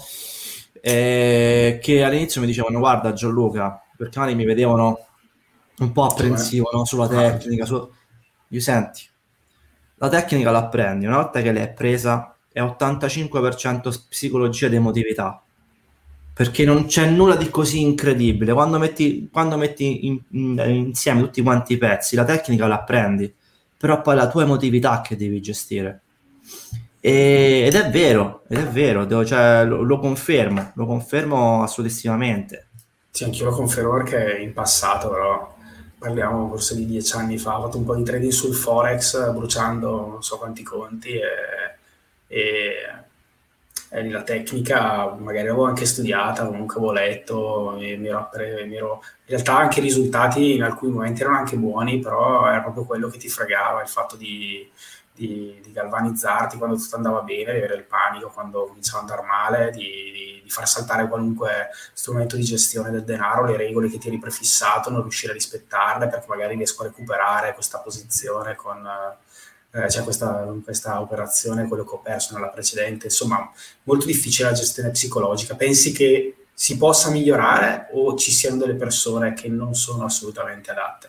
che all'inizio mi dicevano: guarda Gianluca, perché magari mi vedevano un po' apprensivo, no, sulla tecnica, io senti, la tecnica la apprendi, una volta che l'hai presa è 85% psicologia ed emotività, perché non c'è nulla di così incredibile. Quando metti insieme tutti quanti i pezzi, la tecnica la apprendi, però poi è la tua emotività che devi gestire. Ed è vero, cioè, lo confermo assolutissimamente. Sì, anch'io lo confermo perché in passato, però parliamo forse di 10 anni fa, ho fatto un po' di trading sul Forex, bruciando non so quanti conti e, e la tecnica magari l'avevo anche studiata, comunque avevo letto, in realtà anche i risultati in alcuni momenti erano anche buoni, però era proprio quello che ti fregava, il fatto di galvanizzarti quando tutto andava bene, di avere il panico quando cominciava ad andare male, di far saltare qualunque strumento di gestione del denaro, le regole che ti eri prefissato, non riuscire a rispettarle perché magari riesco a recuperare questa posizione con cioè questa operazione, quello che ho perso nella precedente. Insomma, molto difficile la gestione psicologica. Pensi che si possa migliorare o ci siano delle persone che non sono assolutamente adatte?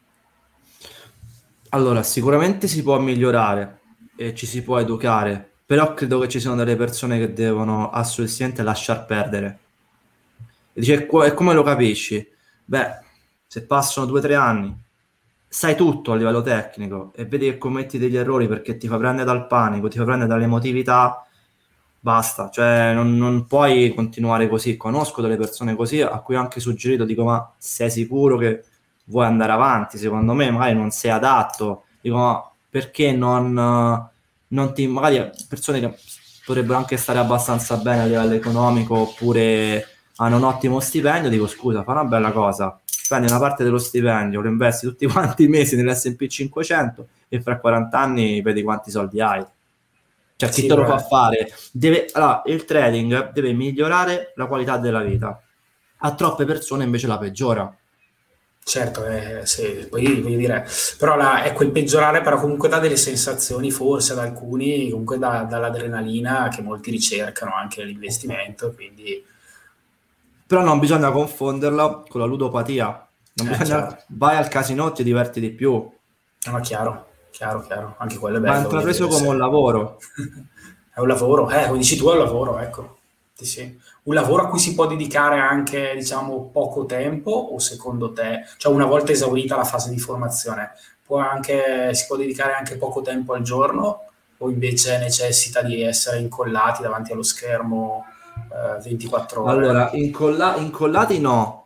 Allora, sicuramente si può migliorare e ci si può educare, però credo che ci siano delle persone che devono assolutamente lasciar perdere. E dice, e come lo capisci? Beh, se passano 2 o 3 anni, sai tutto a livello tecnico e vedi che commetti degli errori perché ti fa prendere dal panico, ti fa prendere dall'emotività, basta, cioè non puoi continuare così. Conosco delle persone così a cui ho anche suggerito, dico, ma sei sicuro che vuoi andare avanti? Secondo me magari non sei adatto, dico, ma perché non ti, magari persone che potrebbero anche stare abbastanza bene a livello economico oppure hanno un ottimo stipendio, dico, scusa, fa una bella cosa, prendi una parte dello stipendio, lo investi tutti quanti i mesi nell'S&P 500 e fra 40 anni vedi quanti soldi hai. Cioè, chi te lo fa fare? Allora, il trading deve migliorare la qualità della vita. A troppe persone invece la peggiora. Certo, sì, poi voglio dire, però è quel peggiorare, però comunque dà delle sensazioni, forse ad alcuni, comunque dall'adrenalina che molti ricercano anche nell'investimento, quindi... Però non bisogna confonderla con la ludopatia. Non bisogna... certo. Vai al casino e ti diverti di più. Ma chiaro, anche quello è bello. Va intrapreso come un lavoro. È un lavoro, come dici tu, è un lavoro, ecco. Sì. Un lavoro a cui si può dedicare anche, diciamo, poco tempo, o secondo te, cioè una volta esaurita la fase di formazione, si può dedicare anche poco tempo al giorno, o invece necessita di essere incollati davanti allo schermo 24 ore? Allora, incollati no,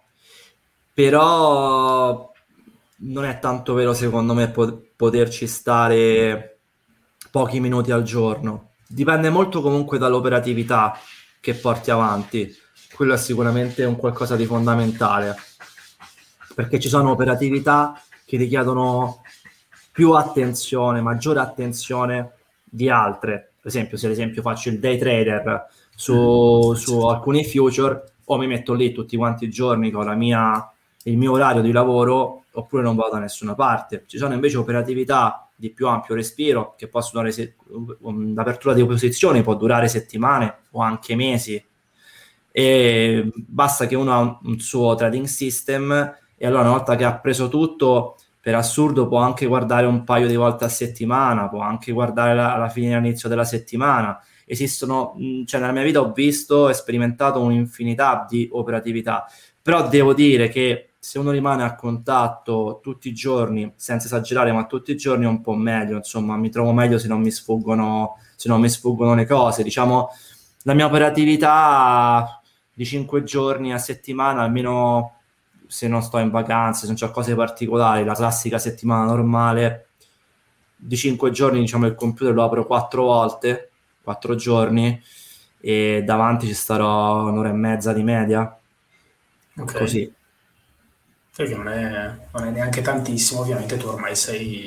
però non è tanto vero secondo me poterci stare pochi minuti al giorno. Dipende molto comunque dall'operatività che porti avanti. Quello è sicuramente un qualcosa di fondamentale, perché ci sono operatività che richiedono più attenzione, maggiore attenzione di altre. Per esempio, se ad esempio faccio il day trader su alcuni future, o mi metto lì tutti quanti i giorni con il mio orario di lavoro, oppure non vado da nessuna parte. Ci sono invece operatività di più ampio respiro che possono durare l'apertura di posizioni può durare settimane o anche mesi, e basta che uno ha un suo trading system e allora una volta che ha preso tutto, per assurdo può anche guardare un paio di volte a settimana, può anche guardare alla fine all'inizio della settimana. Esistono, cioè nella mia vita ho visto e sperimentato un'infinità di operatività, però devo dire che se uno rimane a contatto tutti i giorni, senza esagerare, ma tutti i giorni è un po' meglio, insomma, mi trovo meglio se non mi sfuggono le cose. Diciamo, la mia operatività di 5 giorni a settimana, almeno se non sto in vacanze, se non c'ho cose particolari, la classica settimana normale, di 5 giorni, diciamo, il computer lo apro 4 volte, 4 giorni, e davanti ci starò un'ora e mezza di media. Ok. Così. Perché non è neanche tantissimo, ovviamente tu ormai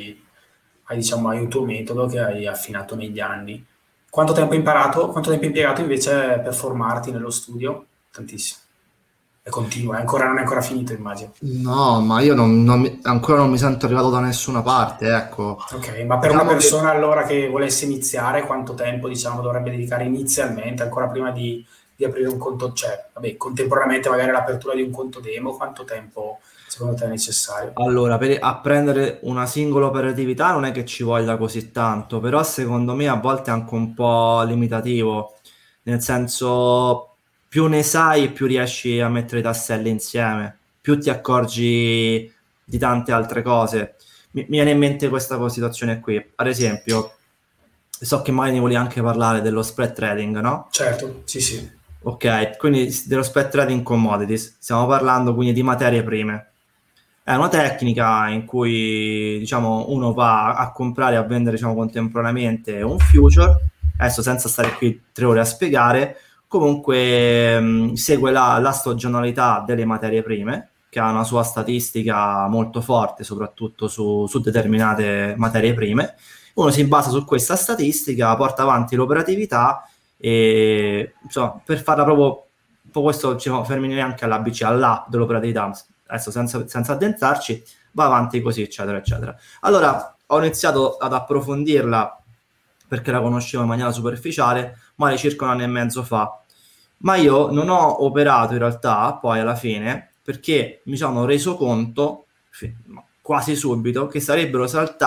hai un tuo metodo che hai affinato negli anni. Quanto tempo hai imparato? Quanto tempo hai impiegato invece per formarti nello studio? Tantissimo. E continua, non è ancora finito, immagino. No, ma io ancora non mi sento arrivato da nessuna parte, ecco. Ok, ma per una Diciamo che persona allora che volesse iniziare, quanto tempo diciamo dovrebbe dedicare inizialmente, ancora prima di aprire un conto, cioè, vabbè, contemporaneamente magari l'apertura di un conto demo, quanto tempo secondo te è necessario? allora, per apprendere una singola operatività non è che ci voglia così tanto, però secondo me a volte è anche un po' limitativo, nel senso più ne sai, più riesci a mettere i tasselli insieme, più ti accorgi di tante altre cose. Mi viene in mente questa situazione qui, ad esempio, so che mai ne volevi anche parlare dello spread trading, no? Certo, sì, sì. Ok, quindi dello spread trading commodities, stiamo parlando quindi di materie prime. È una tecnica in cui, diciamo, uno va a comprare e a vendere, diciamo, contemporaneamente un future, adesso senza stare qui 3 ore a spiegare, comunque segue la stagionalità delle materie prime, che ha una sua statistica molto forte, soprattutto su determinate materie prime. Uno si basa su questa statistica, porta avanti l'operatività e, insomma, per farla proprio, un po' questo, diciamo, fermi anche all'ABC, all'app dell'operatività, adesso senza addentrarci, va avanti così, eccetera, eccetera. Allora, ho iniziato ad approfondirla perché la conoscevo in maniera superficiale, magari circa 1 anno e mezzo fa, ma io non ho operato in realtà poi alla fine perché mi sono reso conto quasi subito che sarebbero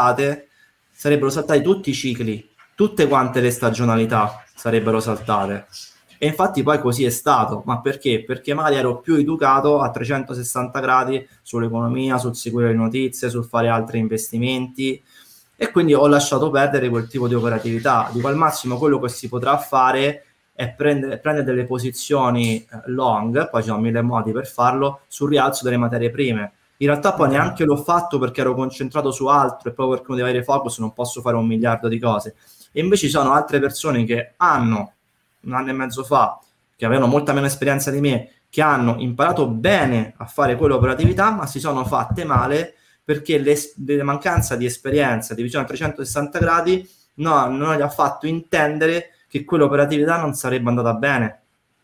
saltati tutti i cicli, tutte quante le stagionalità sarebbero saltate. E infatti poi così è stato, ma perché? Perché magari ero più educato a 360 gradi sull'economia, sul seguire le notizie, sul fare altri investimenti, e quindi ho lasciato perdere quel tipo di operatività. Dico, al massimo quello che si potrà fare è prendere delle posizioni long, poi ci sono 1000 modi per farlo, sul rialzo delle materie prime. In realtà poi neanche l'ho fatto perché ero concentrato su altro e proprio perché uno deve avere focus non posso fare 1 miliardo di cose. E invece ci sono altre persone che hanno 1 anno e mezzo fa, che avevano molta meno esperienza di me, che hanno imparato bene a fare quell'operatività, ma si sono fatte male perché la mancanza di esperienza, di visione a 360 gradi, non gli ha fatto intendere che quell'operatività non sarebbe andata bene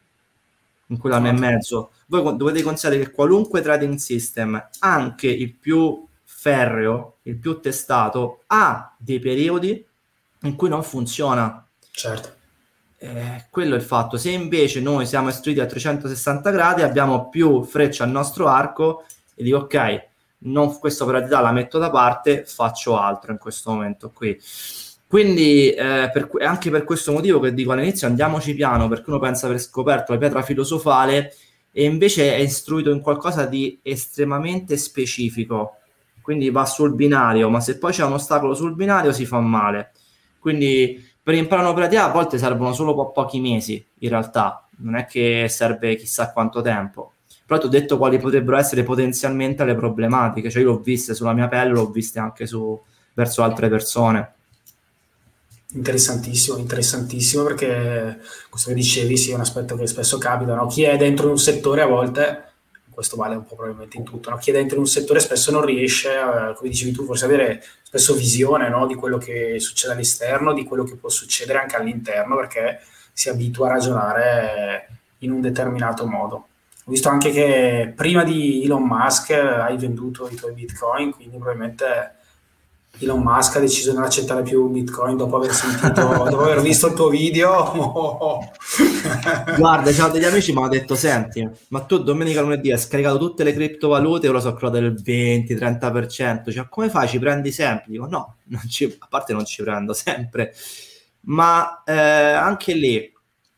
in quell'anno e mezzo. Voi dovete considerare che qualunque trading system, anche il più ferreo, il più testato, ha dei periodi in cui non funziona. Certo. Quello è il fatto. Se invece noi siamo istruiti a 360 gradi, abbiamo più frecce al nostro arco e dico ok, questa operatività la metto da parte, faccio altro in questo momento qui. Quindi anche per questo motivo che dico all'inizio andiamoci piano, perché uno pensa aver scoperto la pietra filosofale e invece è istruito in qualcosa di estremamente specifico, quindi va sul binario, ma se poi c'è un ostacolo sul binario si fa male. Quindi per imparare un'operatività a volte servono solo pochi mesi, in realtà, non è che serve chissà quanto tempo. Però ti ho detto quali potrebbero essere potenzialmente le problematiche, cioè io l'ho viste sulla mia pelle, l'ho viste anche verso altre persone. Interessantissimo, interessantissimo, perché questo che dicevi sì, è un aspetto che spesso capita, no? Chi è dentro in un settore a volte, questo vale un po' probabilmente in tutto, no? Chi è dentro in un settore spesso non riesce, come dicevi tu, forse avere spesso visione, no? Di quello che succede all'esterno, di quello che può succedere anche all'interno, perché si abitua a ragionare in un determinato modo. Ho visto anche che prima di Elon Musk hai venduto i tuoi Bitcoin, quindi probabilmente Elon Musk ha deciso di non accettare più Bitcoin dopo dopo aver visto il tuo video. Guarda, c'erano degli amici mi hanno detto, senti, ma tu domenica lunedì hai scaricato tutte le criptovalute e ora sono crollate del 20-30%, cioè come fai, ci prendi sempre? Dico no, a parte non ci prendo sempre, ma anche lì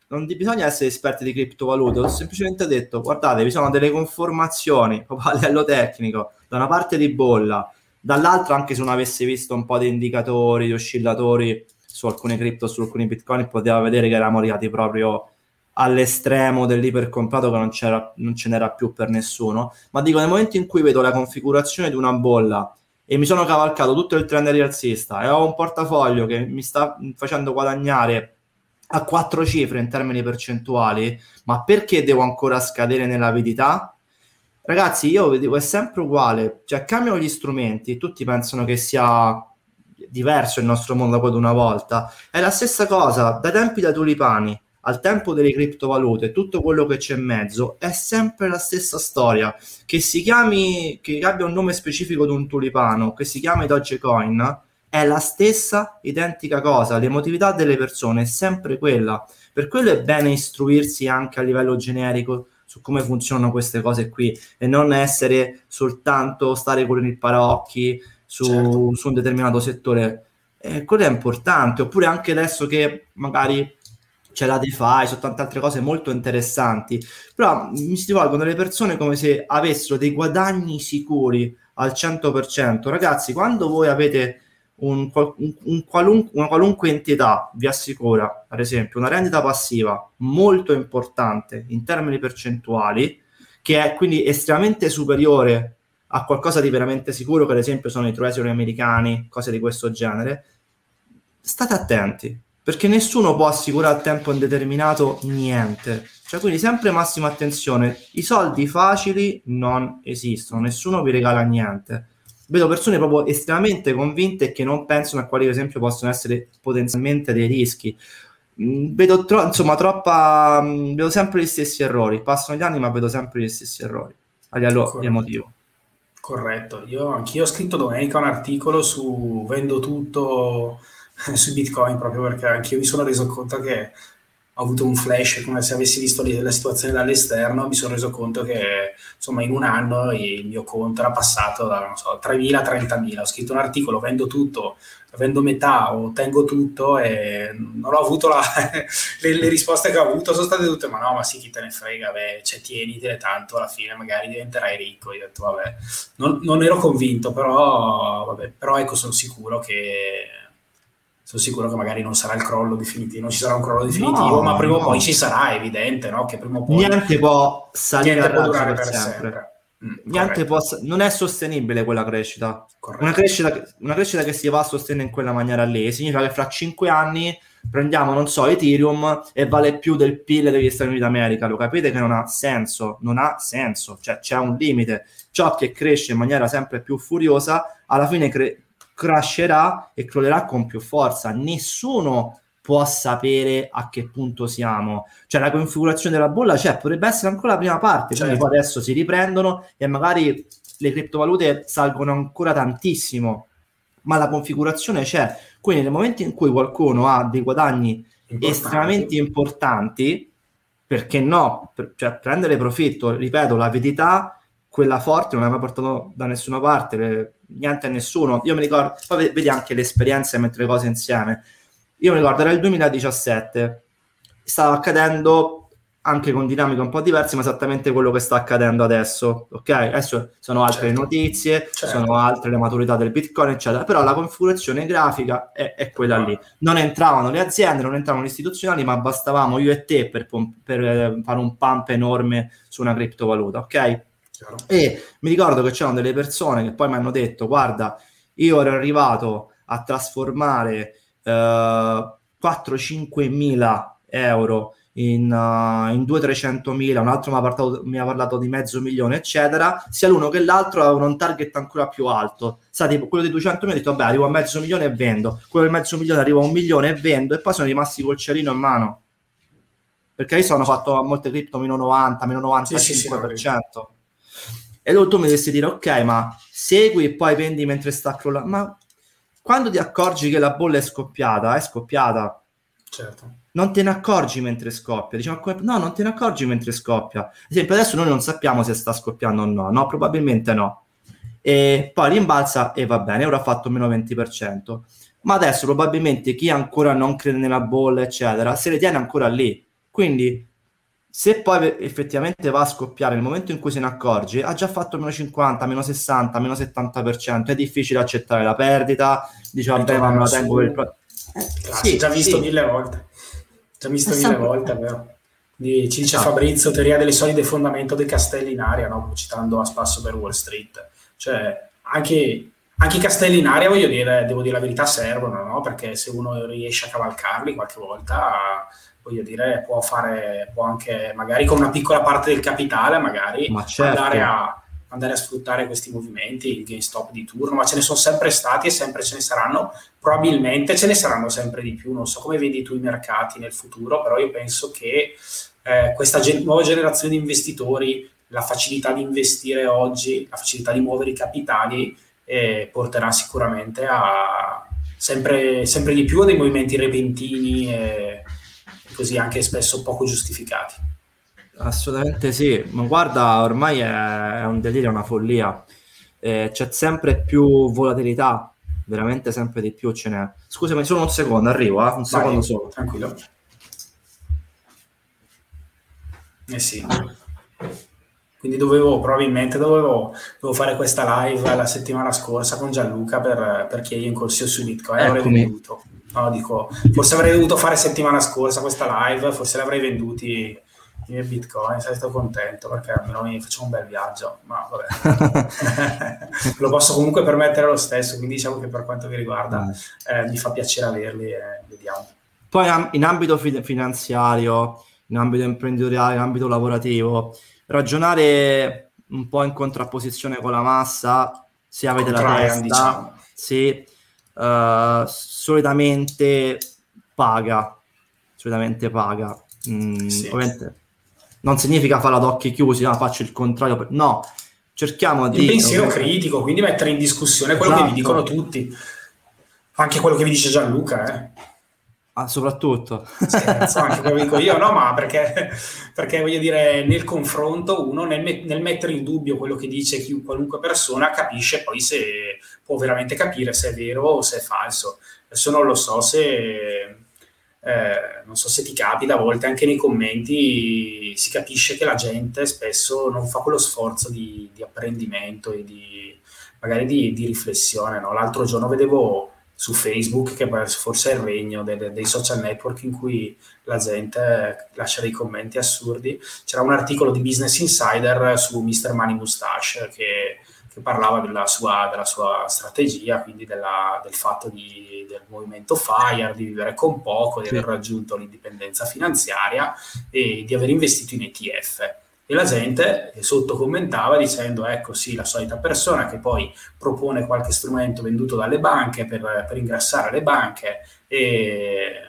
non bisogna essere esperti di criptovalute, ho semplicemente detto, guardate, vi sono delle conformazioni proprio a livello tecnico, da una parte di bolla, dall'altra, anche se uno avesse visto un po' di indicatori, di oscillatori su alcune cripto, su alcuni bitcoin, poteva vedere che eravamo arrivati proprio all'estremo dell'ipercomprato, che non ce n'era più per nessuno. Ma dico, nel momento in cui vedo la configurazione di una bolla e mi sono cavalcato tutto il trend rialzista e ho un portafoglio che mi sta facendo guadagnare a 4 cifre in termini percentuali, ma perché devo ancora scadere nell'avidità? Ragazzi, io dico, è sempre uguale, cioè cambiano gli strumenti, tutti pensano che sia diverso il nostro mondo da quello di una volta, è la stessa cosa, dai tempi da tulipani al tempo delle criptovalute, tutto quello che c'è in mezzo, è sempre la stessa storia, che si chiami, che abbia un nome specifico di un tulipano, che si chiami Dogecoin, è la stessa identica cosa, l'emotività delle persone è sempre quella, per quello è bene istruirsi anche a livello generico su come funzionano queste cose qui e non essere soltanto stare con il paraocchi su un determinato settore, quello è importante. Oppure anche adesso che magari c'è la DeFi, sono tante altre cose molto interessanti, però mi si rivolgono le persone come se avessero dei guadagni sicuri al 100%. Ragazzi, quando voi avete una qualunque entità vi assicura, ad esempio, una rendita passiva molto importante in termini percentuali, che è quindi estremamente superiore a qualcosa di veramente sicuro, che ad esempio sono i treasury americani, cose di questo genere, state attenti, perché nessuno può assicurare a tempo indeterminato niente. Cioè, quindi sempre massima attenzione, i soldi facili non esistono, nessuno vi regala niente. Vedo persone proprio estremamente convinte che non pensano a quali, ad esempio, possono essere potenzialmente dei rischi. Vedo vedo sempre gli stessi errori, passano gli anni ma vedo sempre gli stessi errori a livello emotivo. Corretto, anch'io ho scritto domenica un articolo su vendo tutto su Bitcoin, proprio perché anch'io mi sono reso conto che ho avuto un flash, come se avessi visto la situazione dall'esterno. Mi sono reso conto che insomma in un anno il mio conto era passato da, non so, 3.000 a 30.000. Ho scritto un articolo, vendo tutto, vendo metà o tengo tutto, e non ho avuto le risposte che ho avuto sono state tutte: ma no, ma sì, chi te ne frega, cioè tienitele, tanto alla fine magari diventerai ricco. Io ho detto vabbè, non ero convinto, però ecco, sono sicuro che magari non sarà il crollo definitivo, non ci sarà un crollo definitivo, ma prima o poi ci sarà, è evidente, no? Che prima o poi niente può salire niente a può durare per sempre. Niente non è sostenibile quella crescita. Una crescita che si va a sostenere in quella maniera lì significa che fra 5 anni prendiamo, non so, Ethereum e vale più del PIL degli Stati Uniti d'America. Lo capite che non ha senso, cioè c'è un limite. Ciò che cresce in maniera sempre più furiosa alla fine crasherà e crollerà con più forza. Nessuno può sapere a che punto siamo, cioè la configurazione della bolla potrebbe essere ancora la prima parte, quindi poi adesso si riprendono e magari le criptovalute salgono ancora tantissimo, ma la configurazione c'è. Quindi nel momento in cui qualcuno ha dei guadagni estremamente importanti, perché no? Cioè prendere profitto, ripeto, l'avidità, quella forte, non l'ha mai portato da nessuna parte, niente a nessuno. Io mi ricordo, poi vedi anche l'esperienza e mettere le cose insieme. Io mi ricordo, era il 2017, stava accadendo anche con dinamiche un po' diverse, ma esattamente quello che sta accadendo adesso, ok? Adesso sono altre notizie, sono altre le maturità del Bitcoin, eccetera, però la configurazione grafica è quella lì. Non entravano le aziende, non entravano le istituzionali, ma bastavamo io e te per fare un pump enorme su una criptovaluta, ok? E mi ricordo che c'erano delle persone che poi mi hanno detto: guarda, io ero arrivato a trasformare 4-5 mila euro in 200-300 mila, un altro mi ha parlato di $500,000, eccetera. Sia l'uno che l'altro avevano un target ancora più alto. Tipo, quello di 200.000 ha detto: vabbè, arrivo a $500,000 e vendo, quello del $500,000 arriva a $1 milione e vendo, e poi sono rimasti col cerino in mano, perché io sono fatto a molte cripto meno 90, meno 95%. E tu mi dovresti dire: ok, ma segui e poi vendi mentre sta crollando. Ma quando ti accorgi che la bolla è scoppiata, certo, non te ne accorgi mentre scoppia. Diciamo, no, non te ne accorgi mentre scoppia. Ad esempio, adesso noi non sappiamo se sta scoppiando o no, probabilmente no. E poi rimbalza e va bene, ora ha fatto meno 20%. Ma adesso probabilmente chi ancora non crede nella bolla, eccetera, se le tiene ancora lì. Quindi se poi effettivamente va a scoppiare nel momento in cui se ne accorge, ha già fatto meno 50, meno 60, meno 70%, è difficile accettare la perdita, dice vabbè ma me la tengo per il sì, già visto 1000 volte, vero? Ci dice Fabrizio, teoria delle solide fondamento dei castelli in aria, no? Citando a spasso per Wall Street, cioè anche i castelli in aria, voglio dire, devo dire la verità, servono, no? Perché se uno riesce a cavalcarli qualche volta, voglio dire, può anche, magari con una piccola parte del capitale, magari andare a sfruttare questi movimenti, il GameStop di turno, ma ce ne sono sempre stati e sempre ce ne saranno, probabilmente ce ne saranno sempre di più. Non so come vedi tu i mercati nel futuro, però io penso che questa nuova generazione di investitori, la facilità di investire oggi, la facilità di muovere i capitali, porterà sicuramente a sempre di più a dei movimenti repentini e così anche spesso poco giustificati. Assolutamente sì, ma guarda, ormai è un delirio, una follia, c'è sempre più volatilità, veramente sempre di più ce n'è. Scusami solo un secondo, arrivo, un secondo solo. Tranquillo. Sì. Quindi probabilmente dovevo fare questa live la settimana scorsa con Gianluca per chiedere in corso su Bitcoin. Avrei venduto. No, dico, forse avrei dovuto fare settimana scorsa questa live, forse l'avrei venduti i miei Bitcoin, sarei stato contento perché almeno mi faccio un bel viaggio, ma vabbè. Lo posso comunque permettere lo stesso, quindi diciamo che per quanto mi riguarda mi fa piacere averli e vediamo. Poi in ambito finanziario, in ambito imprenditoriale, in ambito lavorativo, ragionare un po' in contrapposizione con la massa, se avete la testa, diciamo. Sì, solitamente paga. Sì. Ovviamente non significa farla ad occhi chiusi, faccio il contrario, no, cerchiamo di... Il pensiero critico, quindi mettere in discussione quello che vi dicono tutti, anche quello che vi dice Gianluca, soprattutto scherzo, anche quello che dico io, no, ma perché voglio dire, nel confronto uno nel mettere in dubbio quello che dice qualunque persona capisce poi se può veramente capire se è vero o se è falso. Adesso non lo so non so se ti capita, a volte anche nei commenti si capisce che la gente spesso non fa quello sforzo di apprendimento e magari di riflessione, no? L'altro giorno vedevo su Facebook, che forse è il regno dei social network in cui la gente lascia dei commenti assurdi. C'era un articolo di Business Insider su Mr. Money Mustache che parlava della sua strategia, quindi del fatto del movimento FIRE, di vivere con poco, di aver raggiunto l'indipendenza finanziaria e di aver investito in ETF. E la gente sotto commentava dicendo, ecco sì, la solita persona che poi propone qualche strumento venduto dalle banche per ingrassare le banche e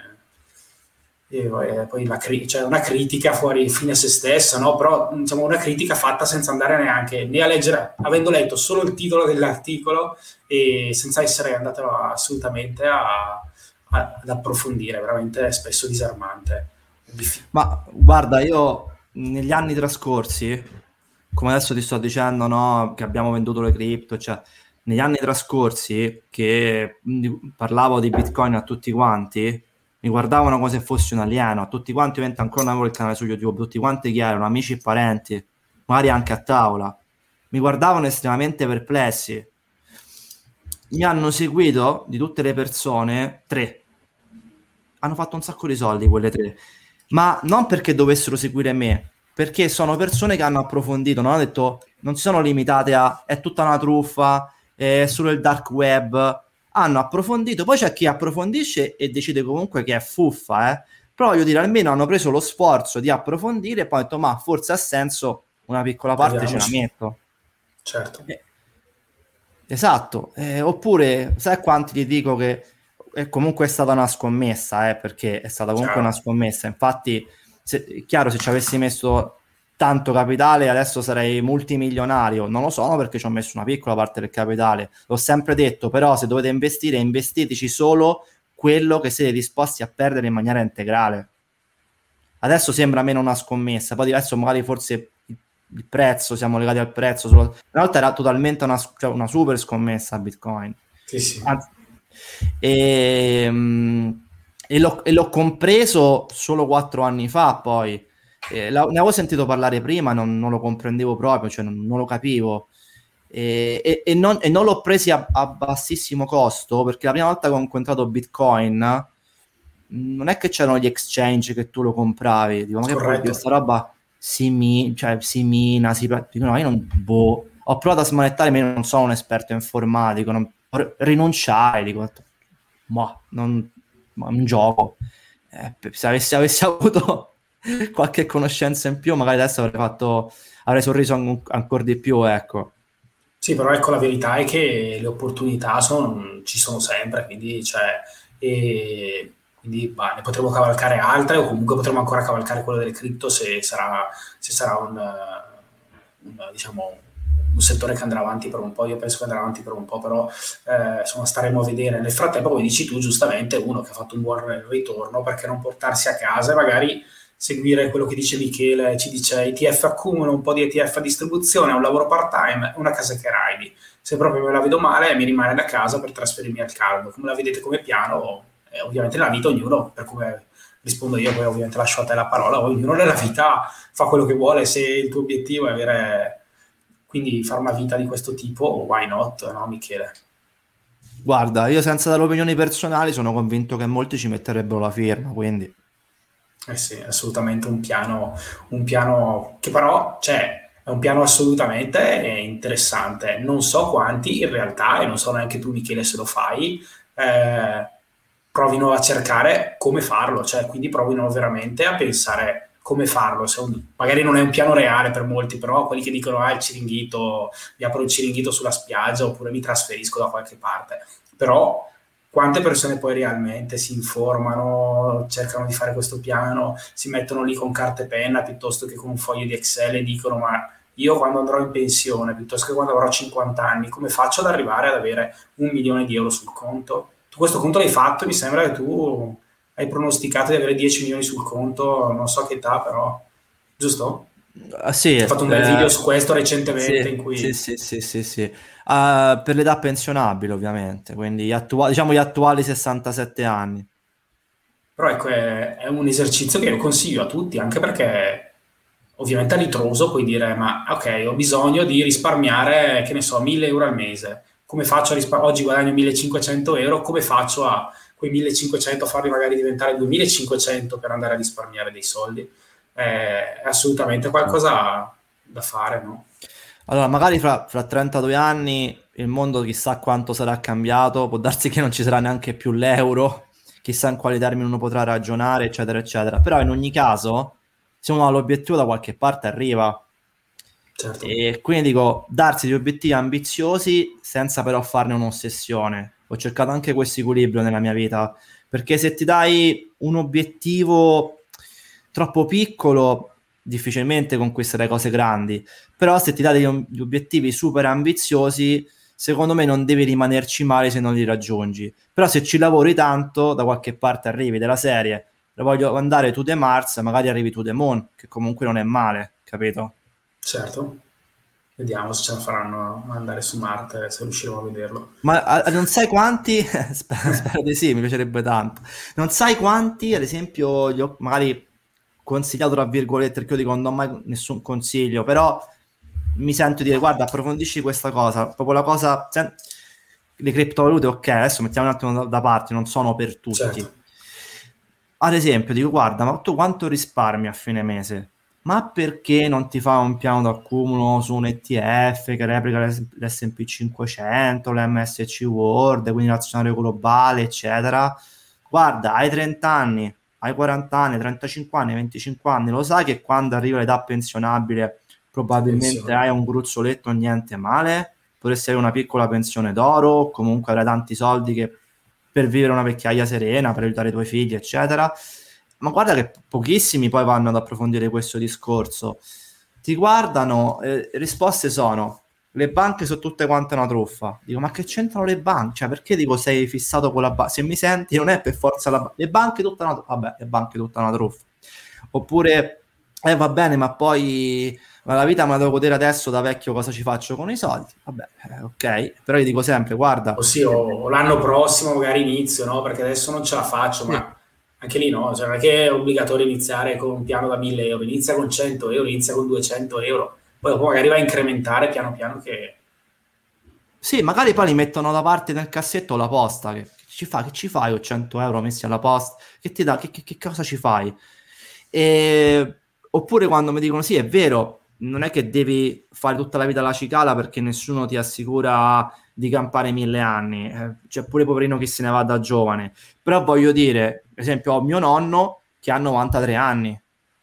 poi c'è una critica fuori fine a se stessa, no? Però diciamo una critica fatta senza andare neanche né a leggere, avendo letto solo il titolo dell'articolo e senza essere andato assolutamente ad approfondire, veramente spesso disarmante. Ma guarda, io negli anni trascorsi, come adesso ti sto dicendo, no, che abbiamo venduto le cripto, cioè negli anni trascorsi che parlavo di Bitcoin a tutti quanti, mi guardavano come se fossi un alieno, a tutti quanti, ovviamente ancora non avevo il canale su YouTube, tutti quanti che erano amici e parenti, magari anche a tavola, mi guardavano estremamente perplessi. Mi hanno seguito di tutte le persone 3, hanno fatto un sacco di soldi quelle 3, ma non perché dovessero seguire me, perché sono persone che hanno approfondito, non hanno detto, non si sono limitate a è tutta una truffa, è solo il dark web, hanno approfondito. Poi c'è chi approfondisce e decide comunque che è fuffa, però voglio dire, almeno hanno preso lo sforzo di approfondire e poi hanno detto, ma forse ha senso, una piccola parte ce la metto. Certo. Esatto, oppure sai quanti ti dico che comunque è stata una scommessa, perché è stata comunque una scommessa. Infatti, chiaro, se ci avessi messo tanto capitale adesso sarei multimilionario. Non lo sono perché ci ho messo una piccola parte del capitale. L'ho sempre detto, però se dovete investire, investiteci solo quello che siete disposti a perdere in maniera integrale. Adesso sembra meno una scommessa, poi adesso magari forse il prezzo, siamo legati al prezzo. Una volta era totalmente una super scommessa Bitcoin. Sì. E l'ho compreso solo 4 anni fa, poi. Ne avevo sentito parlare prima, non lo comprendevo proprio, cioè non lo capivo. E non l'ho presi a bassissimo costo, perché la prima volta che ho incontrato Bitcoin non è che c'erano gli exchange che tu lo compravi, dico, ma che vuol dire questa roba si mina, dico, no, io non, ho provato a smanettare, ma io non sono un esperto informatico, rinunciare, dico, ma un gioco, se avessi avuto qualche conoscenza in più, magari adesso avrei sorriso ancora di più, ecco. Sì, però ecco, la verità è che le opportunità ci sono sempre, quindi, quindi ne potremo cavalcare altre, o comunque potremo ancora cavalcare quello delle cripto se sarà diciamo, un settore che andrà avanti per un po'. Io penso che andrà avanti per un po', però insomma, staremo a vedere. Nel frattempo, come dici tu giustamente, uno che ha fatto un buon ritorno, perché non portarsi a casa e magari seguire quello che dice Michele, ci dice ETF accumulo, un po' di ETF a distribuzione, un lavoro part-time, una casa che raidi. Se proprio me la vedo male, mi rimane da casa per trasferirmi al caldo. Come la vedete come piano? Ovviamente nella vita ognuno, per come rispondo io, poi ovviamente lascio a te la parola, ognuno nella vita fa quello che vuole. Se il tuo obiettivo è quindi fare una vita di questo tipo, why not, no Michele? Guarda, io senza dare opinioni personali sono convinto che molti ci metterebbero la firma, quindi... Sì, assolutamente un piano che però, è un piano assolutamente interessante. Non so quanti in realtà, e non so neanche tu Michele se lo fai, provino a cercare come farlo, quindi provino veramente a pensare come farlo. Magari non è un piano reale per molti, però quelli che dicono il ciringhito, mi apro un ciringhito sulla spiaggia oppure mi trasferisco da qualche parte. Però quante persone poi realmente si informano, cercano di fare questo piano, si mettono lì con carta e penna piuttosto che con un foglio di Excel e dicono ma io quando andrò in pensione, piuttosto che quando avrò 50 anni, come faccio ad arrivare ad avere 1 milione di euro sul conto? Tu questo conto l'hai fatto, mi sembra che tu hai pronosticato di avere 10 milioni sul conto, non so che età però, giusto? Sì, ho fatto un bel video su questo recentemente, sì, in cui... Sì. Per l'età pensionabile ovviamente, quindi gli attuali 67 anni. Però ecco, è un esercizio che io consiglio a tutti, anche perché ovviamente a ritroso puoi dire, ma ok, ho bisogno di risparmiare, che ne so, 1.000 euro al mese. Come faccio a risparmiare? Oggi guadagno 1.500 euro, come faccio a quei 1.500 a farli magari diventare 2.500 per andare a risparmiare dei soldi? È assolutamente qualcosa da fare, no? Allora, magari fra 32 anni il mondo chissà quanto sarà cambiato, può darsi che non ci sarà neanche più l'euro, chissà in quali termini uno potrà ragionare, eccetera, eccetera. Però in ogni caso, se uno ha l'obiettivo da qualche parte arriva. Certo. E quindi dico, darsi degli obiettivi ambiziosi senza però farne un'ossessione. Ho cercato anche questo equilibrio nella mia vita, perché se ti dai un obiettivo troppo piccolo, difficilmente conquisterai cose grandi. Però se ti dai degli obiettivi super ambiziosi, secondo me non devi rimanerci male se non li raggiungi. Però se ci lavori tanto, da qualche parte arrivi della serie, lo voglio andare to the Mars, magari arrivi to the Moon, che comunque non è male, capito? Certo, vediamo se ce la faranno andare su Marte, se riusciremo a vederlo. Ma non sai quanti, spero di sì, mi piacerebbe tanto, non sai quanti, ad esempio, gli ho magari consigliato tra virgolette, perché io dico non do mai nessun consiglio, però mi sento dire guarda, approfondisci questa cosa, proprio la cosa, le criptovalute, ok, adesso mettiamo un attimo da parte, non sono per tutti. Certo. Ad esempio, dico guarda, ma tu quanto risparmi a fine mese? Ma perché non ti fa un piano d'accumulo su un ETF che replica l'S&P 500, l'MSC World, quindi l'azionario globale, eccetera? Guarda, hai 30 anni, hai 40 anni, 35 anni, 25 anni, lo sai che quando arriva l'età pensionabile probabilmente hai un gruzzoletto, niente male, potresti avere una piccola pensione d'oro, comunque avrai tanti soldi che per vivere una vecchiaia serena, per aiutare i tuoi figli, eccetera. Ma guarda che pochissimi poi vanno ad approfondire questo discorso. Ti guardano, risposte sono: le banche sono tutte quante una truffa. Dico, ma che c'entrano le banche? Cioè, perché dico sei fissato con la banca? Se mi senti, non è per forza le banche tutta una truffa. Vabbè, le banche tutta una truffa. Oppure, va bene, ma poi la vita me la devo godere adesso da vecchio, cosa ci faccio con i soldi? Vabbè, ok. Però io dico sempre, guarda... O l'anno prossimo magari inizio, no? Perché adesso non ce la faccio, ma anche lì no, cioè non è che è obbligatorio iniziare con un piano da 1.000 euro, inizia con 100 euro, inizia con 200 euro, poi dopo magari va a incrementare piano piano che... Sì, magari poi li mettono da parte nel cassetto la posta. Che ci fai con 100 euro messi alla posta? Che ti dà? Che cosa ci fai? Oppure quando mi dicono sì, è vero, non è che devi fare tutta la vita la cicala perché nessuno ti assicura di campare 1.000 anni. C'è pure poverino che se ne va da giovane. Però voglio dire, per esempio, ho mio nonno che ha 93 anni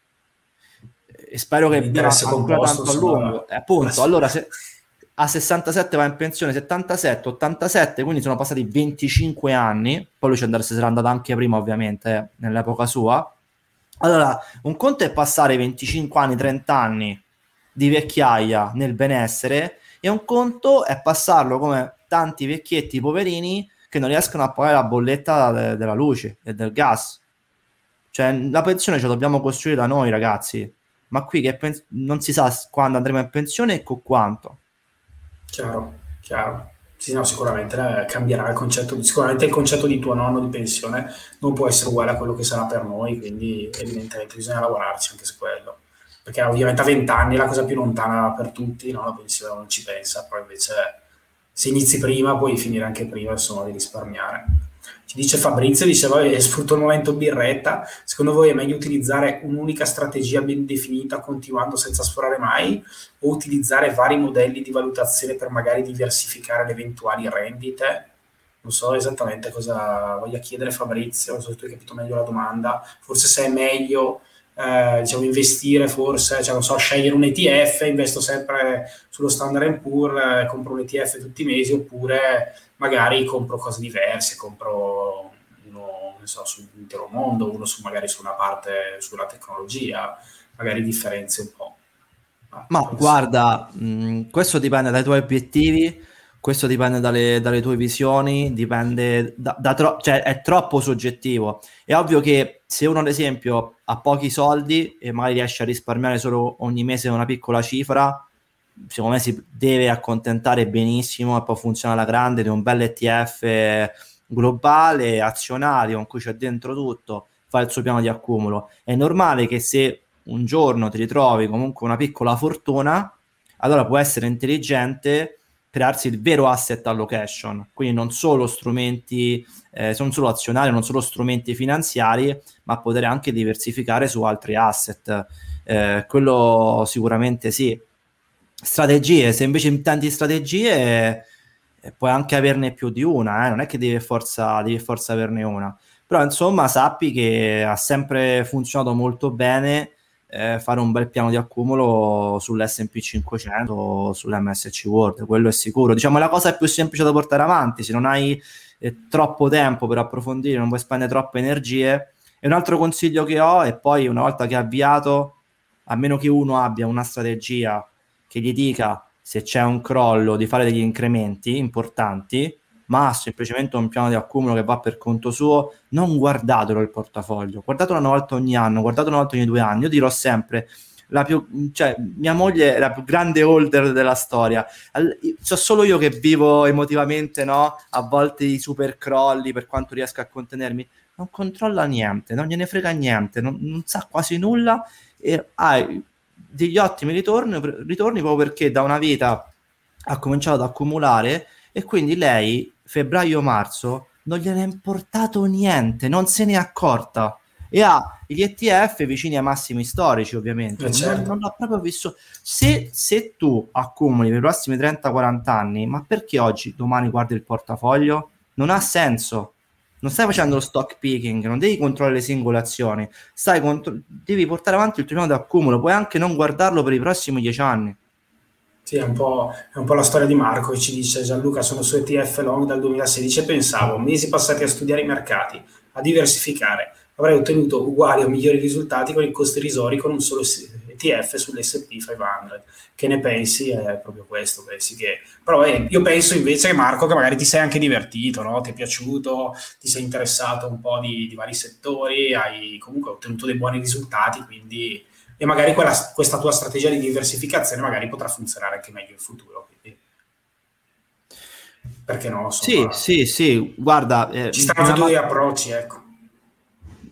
e spero che viva L'interesse ancora composto, tanto a lungo. insomma, Appunto, allora se a 67 va in pensione, 77, 87, quindi sono passati 25 anni, poi lui se n'era andato anche prima ovviamente, nell'epoca sua. Allora, un conto è passare 25 anni, 30 anni di vecchiaia nel benessere e un conto è passarlo come tanti vecchietti poverini che non riescono a pagare la bolletta della luce e del gas. Cioè, la pensione ce la dobbiamo costruire da noi, ragazzi. Ma qui non si sa quando andremo in pensione e con quanto. chiaro, chiaro. Sì, no, sicuramente cambierà il concetto, sicuramente il concetto di tuo nonno di pensione non può essere uguale a quello che sarà per noi, quindi evidentemente bisogna lavorarci anche su quello. Perché ovviamente a 20 anni è la cosa più lontana per tutti, no? La pensione non ci pensa, però invece se inizi prima puoi finire anche prima, insomma, di risparmiare. Ci dice Fabrizio, diceva, sfrutto il momento birretta, secondo voi è meglio utilizzare un'unica strategia ben definita continuando senza esplorare mai o utilizzare vari modelli di valutazione per magari diversificare le eventuali rendite? Non so esattamente cosa voglia chiedere Fabrizio, non so se tu hai capito meglio la domanda, forse se è meglio diciamo, investire forse, cioè, non so, scegliere un ETF, investo sempre sullo Standard & Poor's, compro un ETF tutti i mesi, oppure magari compro cose diverse, compro uno, non so, sull'intero mondo, uno magari su una parte, sulla tecnologia, magari differenze un po'. Ma guarda, questo dipende dai tuoi obiettivi, questo dipende dalle tue visioni, dipende cioè è troppo soggettivo. È ovvio che se uno, ad esempio, ha pochi soldi e magari riesce a risparmiare solo ogni mese una piccola cifra, secondo me si deve accontentare benissimo e poi funziona alla grande di un bel ETF globale, azionario, in cui c'è dentro tutto, fa il suo piano di accumulo. È normale che se un giorno ti ritrovi comunque una piccola fortuna, allora può essere intelligente crearsi il vero asset allocation, quindi non solo strumenti, non solo azionari, non solo strumenti finanziari, ma poter anche diversificare su altri asset. Quello sicuramente sì. Strategie, se invece intendi strategie, puoi anche averne più di una, non è che devi forza averne una. Però insomma sappi che ha sempre funzionato molto bene fare un bel piano di accumulo sull'S&P 500 o sull'MSC World, quello è sicuro. Diciamo è la cosa più semplice da portare avanti, se non hai troppo tempo per approfondire, non vuoi spendere troppe energie. E un altro consiglio che ho è poi una volta che hai avviato, a meno che uno abbia una strategia che gli dica se c'è un crollo di fare degli incrementi importanti, ma semplicemente un piano di accumulo che va per conto suo, non guardatelo il portafoglio, guardatelo una volta ogni anno, guardatelo una volta ogni 2 anni. Io dirò sempre, mia moglie è la più grande holder della storia, so solo io che vivo emotivamente, no? A volte i super crolli per quanto riesco a contenermi, non controlla niente, non gliene frega niente, non sa quasi nulla e hai degli ottimi ritorni proprio perché da una vita ha cominciato ad accumulare e quindi lei febbraio-marzo non gliene è importato niente, non se ne è accorta e ha gli ETF vicini ai massimi storici ovviamente, certo. non l'ha proprio visto. Se tu accumuli per i prossimi 30-40 anni, ma perché oggi, domani guardi il portafoglio? Non ha senso. Non stai facendo lo stock picking, non devi controllare le singole azioni, devi portare avanti il tuo piano di accumulo, puoi anche non guardarlo per i prossimi 10 anni. Sì, è un po' la storia di Marco che ci dice Gianluca, sono su ETF long dal 2016 e pensavo, mesi passati a studiare i mercati, a diversificare, avrei ottenuto uguali o migliori risultati con i costi risori con un solo ETF sull'S&P 500. Che ne pensi? È proprio questo, pensi che... Però io penso invece che Marco, che magari ti sei anche divertito, no? Ti è piaciuto, ti sei interessato un po' di vari settori, hai comunque ottenuto dei buoni risultati, quindi... E magari questa tua strategia di diversificazione magari potrà funzionare anche meglio in futuro. Quindi, perché no? Insomma, sì, guarda... ci stanno tutti degli approcci, ecco.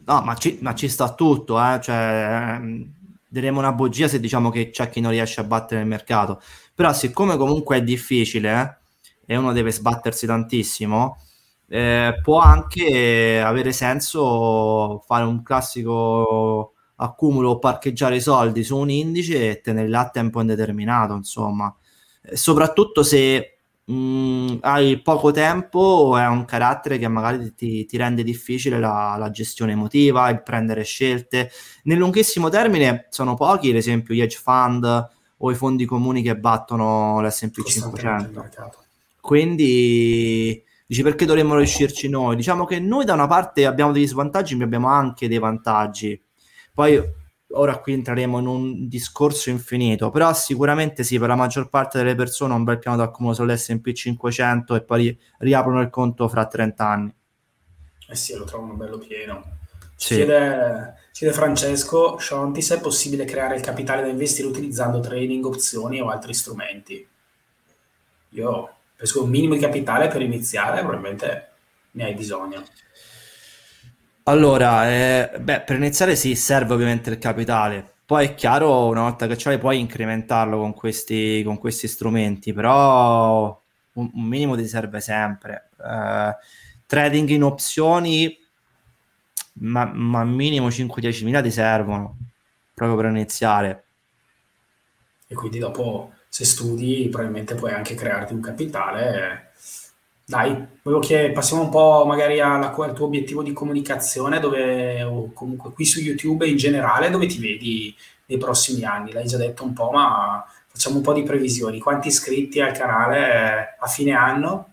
No, ma ci sta tutto, cioè, diremo una bugia se diciamo che c'è chi non riesce a battere il mercato. Però siccome comunque è difficile e uno deve sbattersi tantissimo, può anche avere senso fare un classico accumulo o parcheggiare i soldi su un indice e tenerli là a tempo indeterminato, insomma. Soprattutto se hai poco tempo o è un carattere che magari ti rende difficile la gestione emotiva, il prendere scelte. Nel lunghissimo termine sono pochi, ad esempio gli hedge fund o i fondi comuni che battono l'S&P 500. Quindi dici perché dovremmo riuscirci noi? Diciamo che noi da una parte abbiamo degli svantaggi, ma abbiamo anche dei vantaggi. Poi ora qui entreremo in un discorso infinito, però sicuramente sì, per la maggior parte delle persone un bel piano d'accumulo sull'S&P 500 e poi riaprono il conto fra 30 anni. Eh sì, lo trovano bello pieno. Ci chiede Francesco Scionti se è possibile creare il capitale da investire utilizzando trading, opzioni o altri strumenti. Io penso che un minimo di capitale per iniziare probabilmente ne hai bisogno. Allora, per iniziare sì, serve ovviamente il capitale. Poi è chiaro, una volta che ce l'hai puoi incrementarlo con questi strumenti, però un minimo ti serve sempre. Trading in opzioni, ma minimo 5-10 mila ti servono, proprio per iniziare. E quindi dopo, se studi, probabilmente puoi anche crearti un capitale. Dai, passiamo un po' magari al tuo obiettivo di comunicazione, dove, o comunque qui su YouTube in generale, dove ti vedi nei prossimi anni. L'hai già detto un po', ma facciamo un po' di previsioni. Quanti iscritti al canale a fine anno?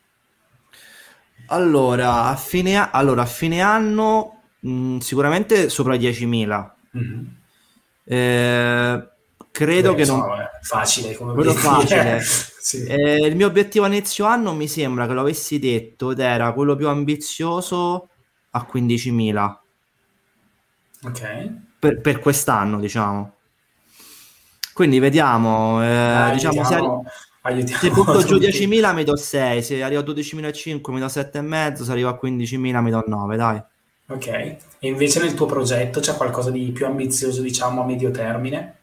Allora, a fine anno sicuramente sopra i 10.000. Mm-hmm. Credo che non... facile come quello facile. Sì. Il mio obiettivo a inizio anno mi sembra che lo avessi detto ed era quello più ambizioso a 15.000. Ok. Per quest'anno, diciamo. Quindi vediamo, diciamo se butto giù 10.000 mi do 6, se arrivo a 12.500 mi do 7,5, se arrivo a 15.000 mi do 9, dai. Ok, e invece nel tuo progetto c'è qualcosa di più ambizioso, diciamo, a medio termine?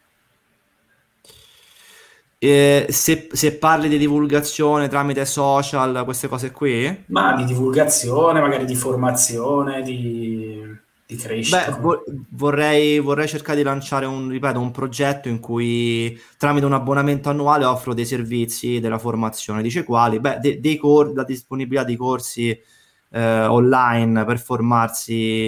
Se parli di divulgazione tramite social, queste cose qui? Ma di divulgazione, magari di formazione, di crescita. Vorrei cercare di lanciare un progetto in cui tramite un abbonamento annuale offro dei servizi della formazione, dice quali? La disponibilità di corsi online per formarsi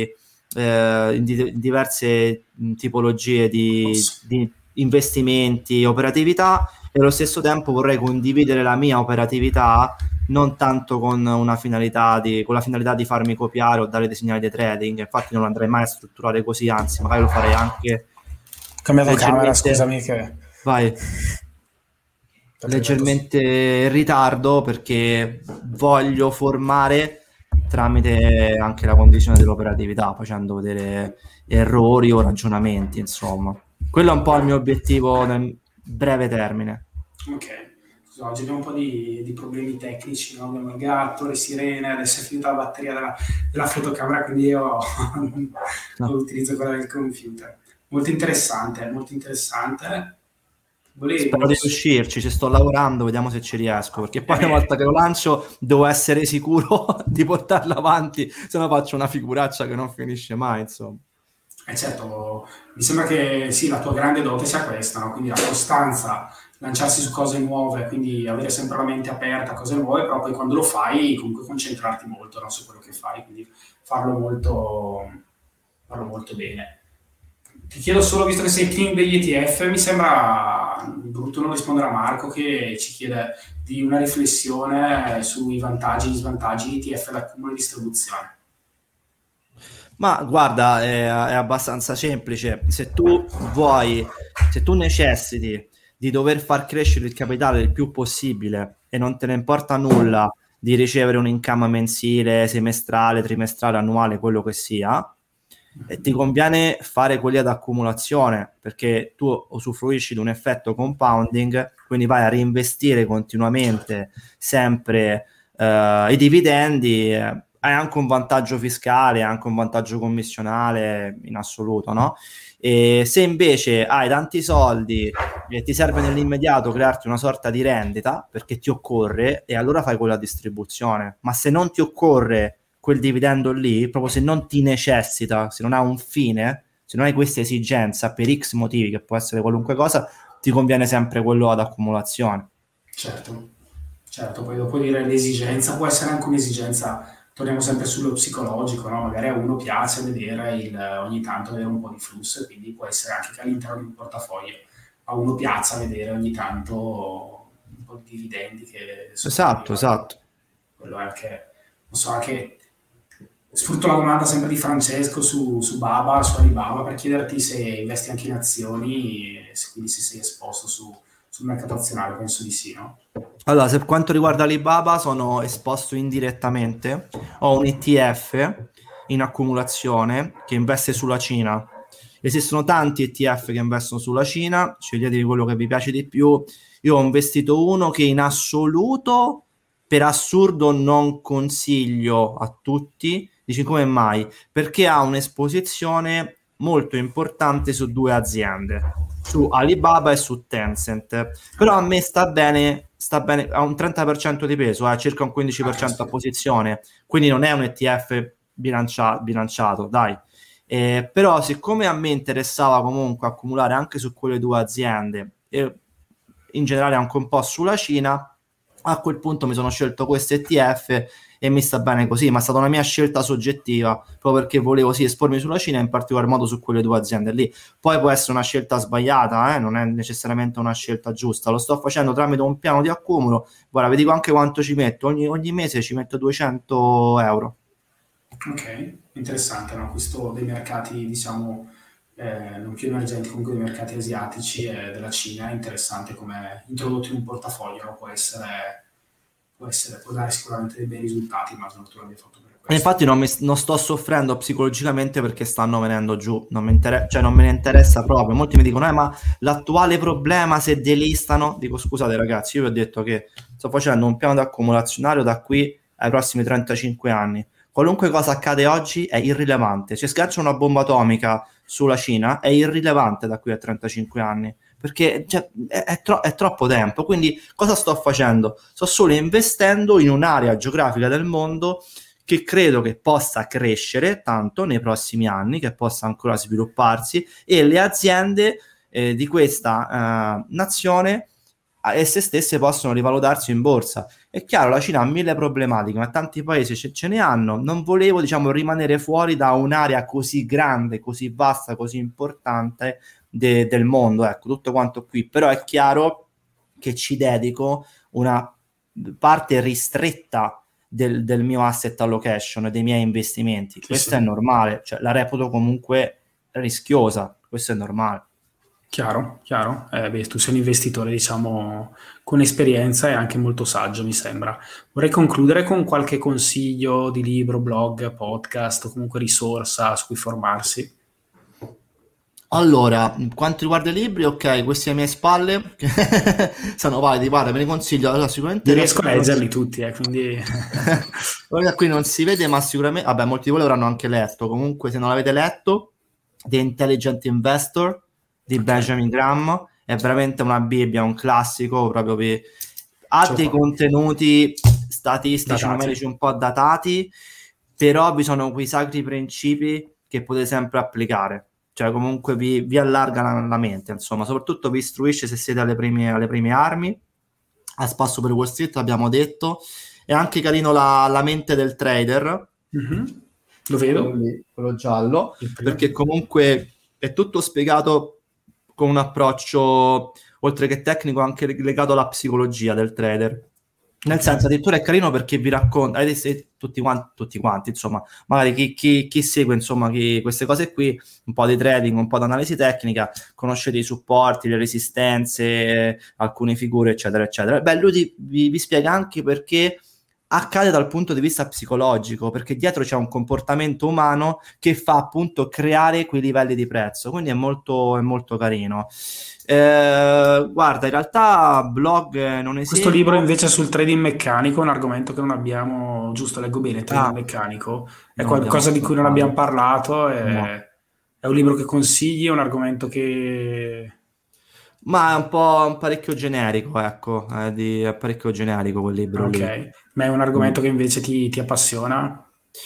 in diverse tipologie di investimenti, operatività, e allo stesso tempo vorrei condividere la mia operatività non tanto con la finalità di farmi copiare o dare dei segnali di trading. Infatti non andrei mai a strutturare così, anzi magari lo farei anche cambiato camera, scusami che... Vai. Leggermente in ritardo, perché voglio formare tramite anche la condivisione dell'operatività, facendo vedere errori o ragionamenti, insomma. Quello è un po' il mio obiettivo nel breve termine. Ok. Oggi abbiamo un po' di problemi tecnici, no? Abbiamo il gatto, le sirene, adesso è finita la batteria della fotocamera, quindi io utilizzo quella del computer. Molto interessante, molto interessante. Spero di riuscirci, ci sto lavorando, vediamo se ci riesco, perché poi una volta che lo lancio devo essere sicuro di portarlo avanti, se no faccio una figuraccia che non finisce mai, insomma. Certo, mi sembra che sì, la tua grande dote sia questa, no? Quindi la costanza, lanciarsi su cose nuove, quindi avere sempre la mente aperta a cose nuove, però poi quando lo fai comunque concentrarti molto, no, su quello che fai, quindi farlo molto bene. Ti chiedo solo, visto che sei king degli ETF, mi sembra brutto non rispondere a Marco che ci chiede di una riflessione sui vantaggi e gli svantaggi di ETF d'accumulo e distribuzione. Ma guarda, è abbastanza semplice. Se tu necessiti di dover far crescere il capitale il più possibile e non te ne importa nulla di ricevere un income mensile, semestrale, trimestrale, annuale, quello che sia, ti conviene fare quelli ad accumulazione, perché tu usufruisci di un effetto compounding, quindi vai a reinvestire continuamente sempre i dividendi. hai anche un vantaggio fiscale, anche un vantaggio commissionale in assoluto, no? E se invece hai tanti soldi e ti serve nell'immediato crearti una sorta di rendita perché ti occorre, e allora fai quella distribuzione. Ma se non ti occorre quel dividendo lì, proprio se non ti necessita, se non ha un fine, se non hai questa esigenza per X motivi, che può essere qualunque cosa, ti conviene sempre quello ad accumulazione. Certo, poi dopo dire l'esigenza può essere anche un'esigenza, torniamo sempre sullo psicologico, no? Magari a uno piace vedere ogni tanto avere un po' di flusso, e quindi può essere anche che all'interno di un portafoglio a uno piace vedere ogni tanto un po' di dividendi che Esatto. Quello è anche, non so, anche sfrutto la domanda sempre di Francesco su Baba, su Alibaba, per chiederti se investi anche in azioni, quindi se sei esposto sul mercato azionario. Penso di sì, no? Allora, per quanto riguarda Alibaba, sono esposto indirettamente. Ho un ETF in accumulazione che investe sulla Cina. Esistono tanti ETF che investono sulla Cina, sceglietevi quello che vi piace di più. Io ho investito uno che in assoluto, per assurdo, non consiglio a tutti. Dici come mai? Perché ha un'esposizione molto importante su due aziende, su Alibaba e su Tencent. Però a me sta bene, ha un 30% di peso, circa un 15% a posizione, quindi non è un ETF bilanciato, dai. Però siccome a me interessava comunque accumulare anche su quelle due aziende e in generale anche un po' sulla Cina, a quel punto mi sono scelto questo ETF e mi sta bene così, ma è stata una mia scelta soggettiva, proprio perché volevo espormi sulla Cina e in particolar modo su quelle due aziende lì. Poi può essere una scelta sbagliata, non è necessariamente una scelta giusta, lo sto facendo tramite un piano di accumulo. Guarda, vi dico anche quanto ci metto, ogni mese ci metto 200 euro. Ok, interessante, no? Questo dei mercati, diciamo, non più emergenti, comunque dei mercati asiatici e della Cina, è interessante come introdotto in un portafoglio, no? Può dare sicuramente dei bei risultati, immagino che tu l'abbia fatto per questo. Infatti non sto soffrendo psicologicamente perché stanno venendo giù, non me ne interessa proprio. Molti mi dicono, ma l'attuale problema se delistano, dico scusate ragazzi, io vi ho detto che sto facendo un piano di accumulazionario da qui ai prossimi 35 anni. Qualunque cosa accade oggi è irrilevante. Se sgancia una bomba atomica sulla Cina è irrilevante da qui a 35 anni, perché è troppo tempo. Quindi cosa sto facendo? Sto solo investendo in un'area geografica del mondo che credo che possa crescere tanto nei prossimi anni, che possa ancora svilupparsi, e le aziende di questa nazione esse stesse possono rivalutarsi in borsa. È chiaro, la Cina ha mille problematiche, ma tanti paesi ce ne hanno. Non volevo, rimanere fuori da un'area così grande, così vasta, così importante del mondo. Ecco, tutto quanto qui. Però è chiaro che ci dedico una parte ristretta del mio asset allocation, dei miei investimenti. Questo è normale, la reputo comunque rischiosa, questo è normale. Chiaro. Tu sei un investitore, diciamo, con esperienza e anche molto saggio, mi sembra. Vorrei concludere con qualche consiglio di libro, blog, podcast o comunque risorsa su cui formarsi. Allora, quanto riguarda i libri, ok, questi alle mie spalle sono validi, guarda, me ne consiglio. Allora, sicuramente riesco a leggerli tutti, quindi qui non si vede, ma sicuramente, vabbè, molti di voi l'avranno anche letto. Comunque, se non l'avete letto, The Intelligent Investor di Benjamin Graham è veramente una Bibbia, un classico, proprio ha dei contenuti statistici, numerici un po' datati, però vi sono quei sacri principi che potete sempre applicare. Cioè comunque vi allarga la mente, insomma, soprattutto vi istruisce se siete alle prime armi. A spasso per Wall Street, l'abbiamo detto. È anche carino la mente del trader. Mm-hmm. Lo vedo. Quello giallo, perché comunque è tutto spiegato con un approccio, oltre che tecnico, anche legato alla psicologia del trader. Nel senso, addirittura è carino perché vi racconta, tutti quanti, insomma, magari chi segue, insomma, queste cose qui, un po' di trading, un po' di analisi tecnica, conoscete i supporti, le resistenze, alcune figure, eccetera, eccetera. Beh, lui vi spiega anche perché accade dal punto di vista psicologico, perché dietro c'è un comportamento umano che fa appunto creare quei livelli di prezzo, quindi è molto carino. Guarda, in realtà blog non ne Questo libro seguo. invece sul trading meccanico è un argomento che non abbiamo, giusto, leggo bene, trading Ah, meccanico, è non abbiamo qualcosa di cui non abbiamo affrontato. parlato, No. è un libro che consigli, è un argomento che... Ma è un po' parecchio generico, ecco, è parecchio generico quel libro lì. Ok, ma è un Mm. argomento che invece ti appassiona?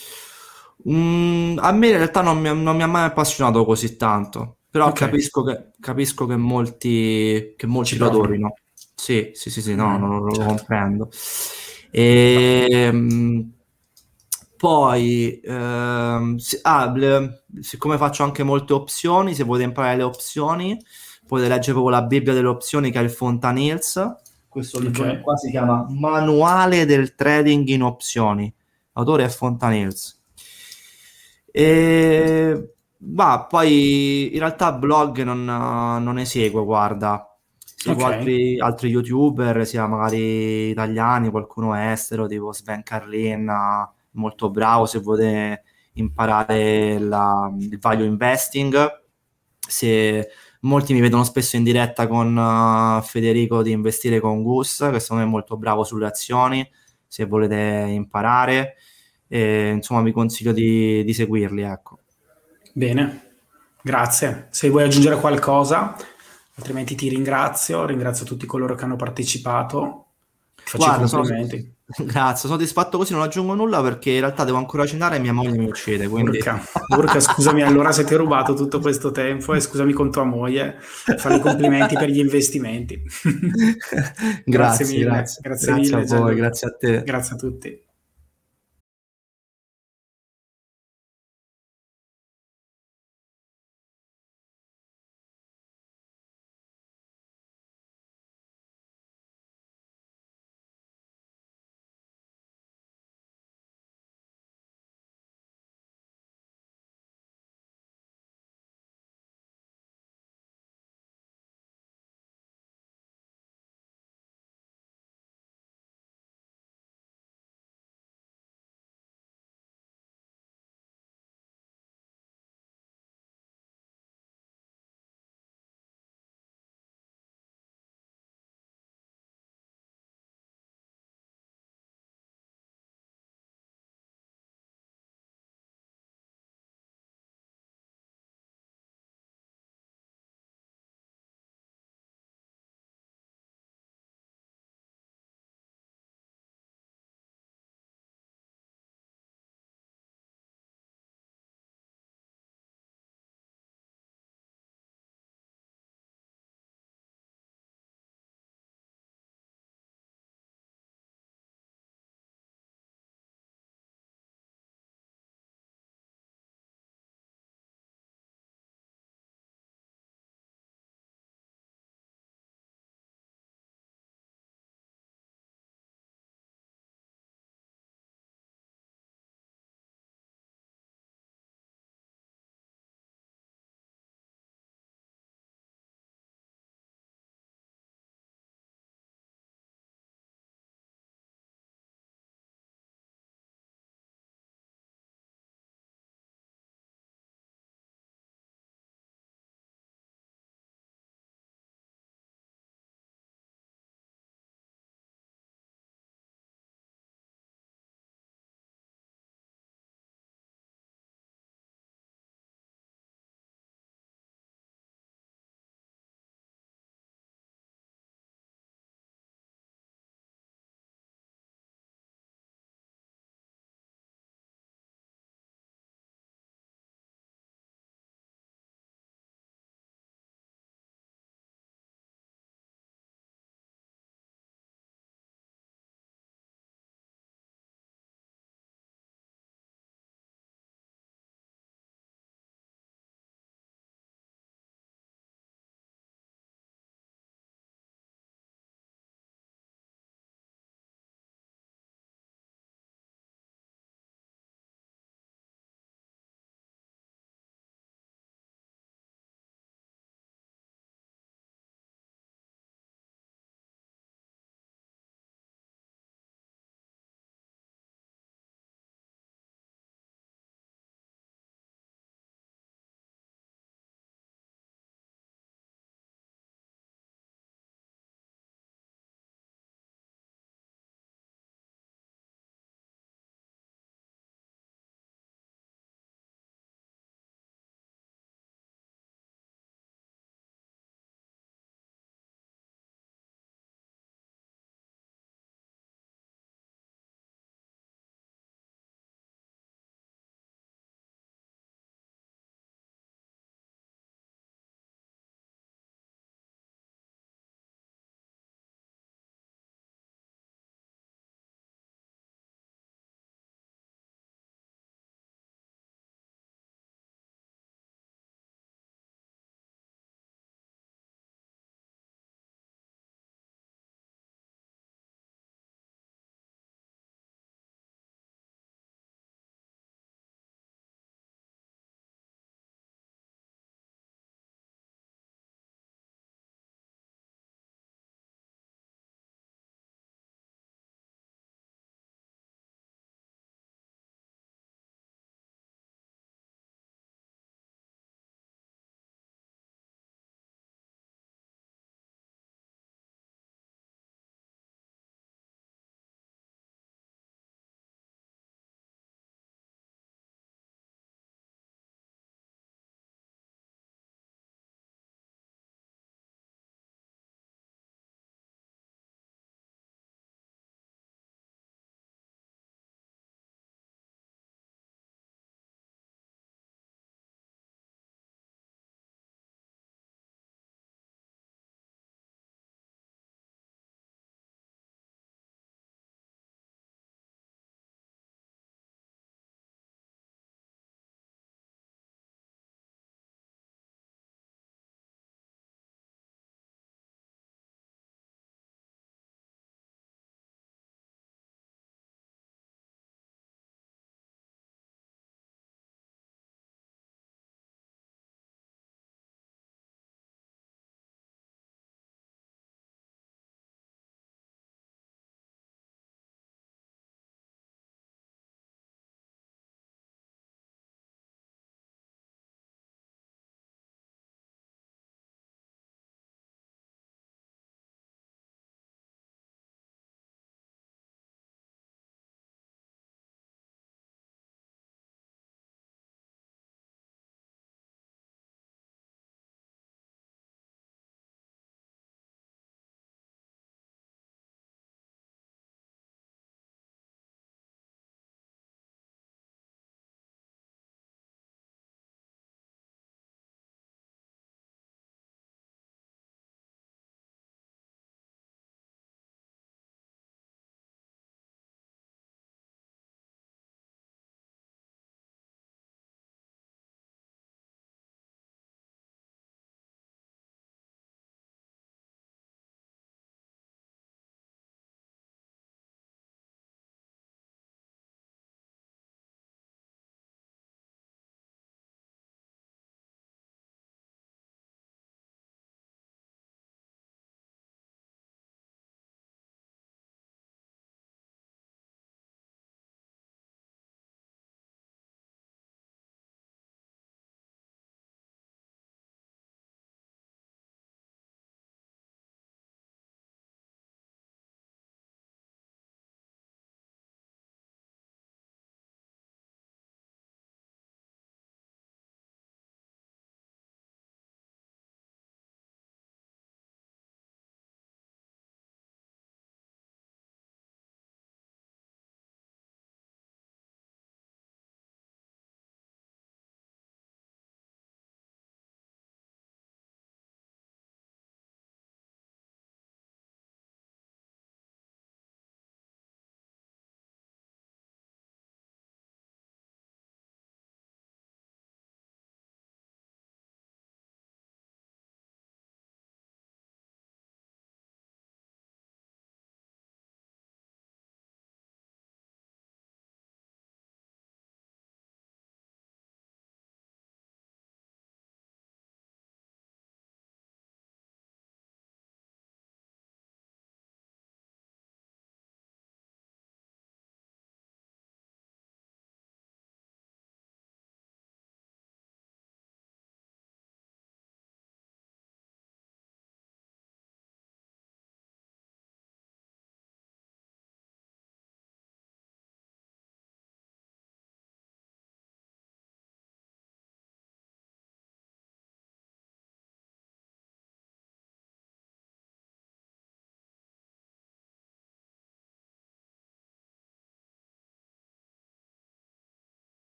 A me in realtà non mi ha mai appassionato così tanto, però Ok, capisco che ci molti lo provano. adorino. Sì, sì, sì, sì, no, lo Certo. comprendo. E, poi, siccome faccio anche molte opzioni, se volete imparare le opzioni, potete leggere proprio la Bibbia delle opzioni che è il Fontanils. Questo Ok, libro qua si chiama Manuale del trading in opzioni. L'autore è Fontanils. E poi in realtà blog non ne seguo, guarda. Seguo ok, altri YouTuber, sia magari italiani, qualcuno estero, tipo Sven Carlin, molto bravo se volete imparare il value investing. Se molti mi vedono spesso in diretta con Federico di Investire con Gus, che secondo me è molto bravo sulle azioni, se volete imparare. Insomma, vi consiglio di seguirli, ecco. bene, grazie. Se vuoi aggiungere qualcosa, altrimenti ti ringrazio, ringrazio tutti coloro che hanno partecipato, ti faccio i Guarda, complimenti. grazie, sono soddisfatto così, non aggiungo nulla perché in realtà devo ancora cenare e mia moglie mi uccide, quindi... Urca, urca, scusami allora se ti ho rubato tutto questo tempo e scusami con tua moglie, fanno i complimenti per gli investimenti. Grazie, grazie, Grazie grazie a mille voi, Gianluca, grazie a te. grazie a tutti.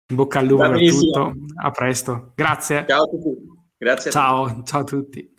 In bocca al lupo per tutto. A presto. Grazie. Ciao a tutti. Grazie. Ciao a tutti.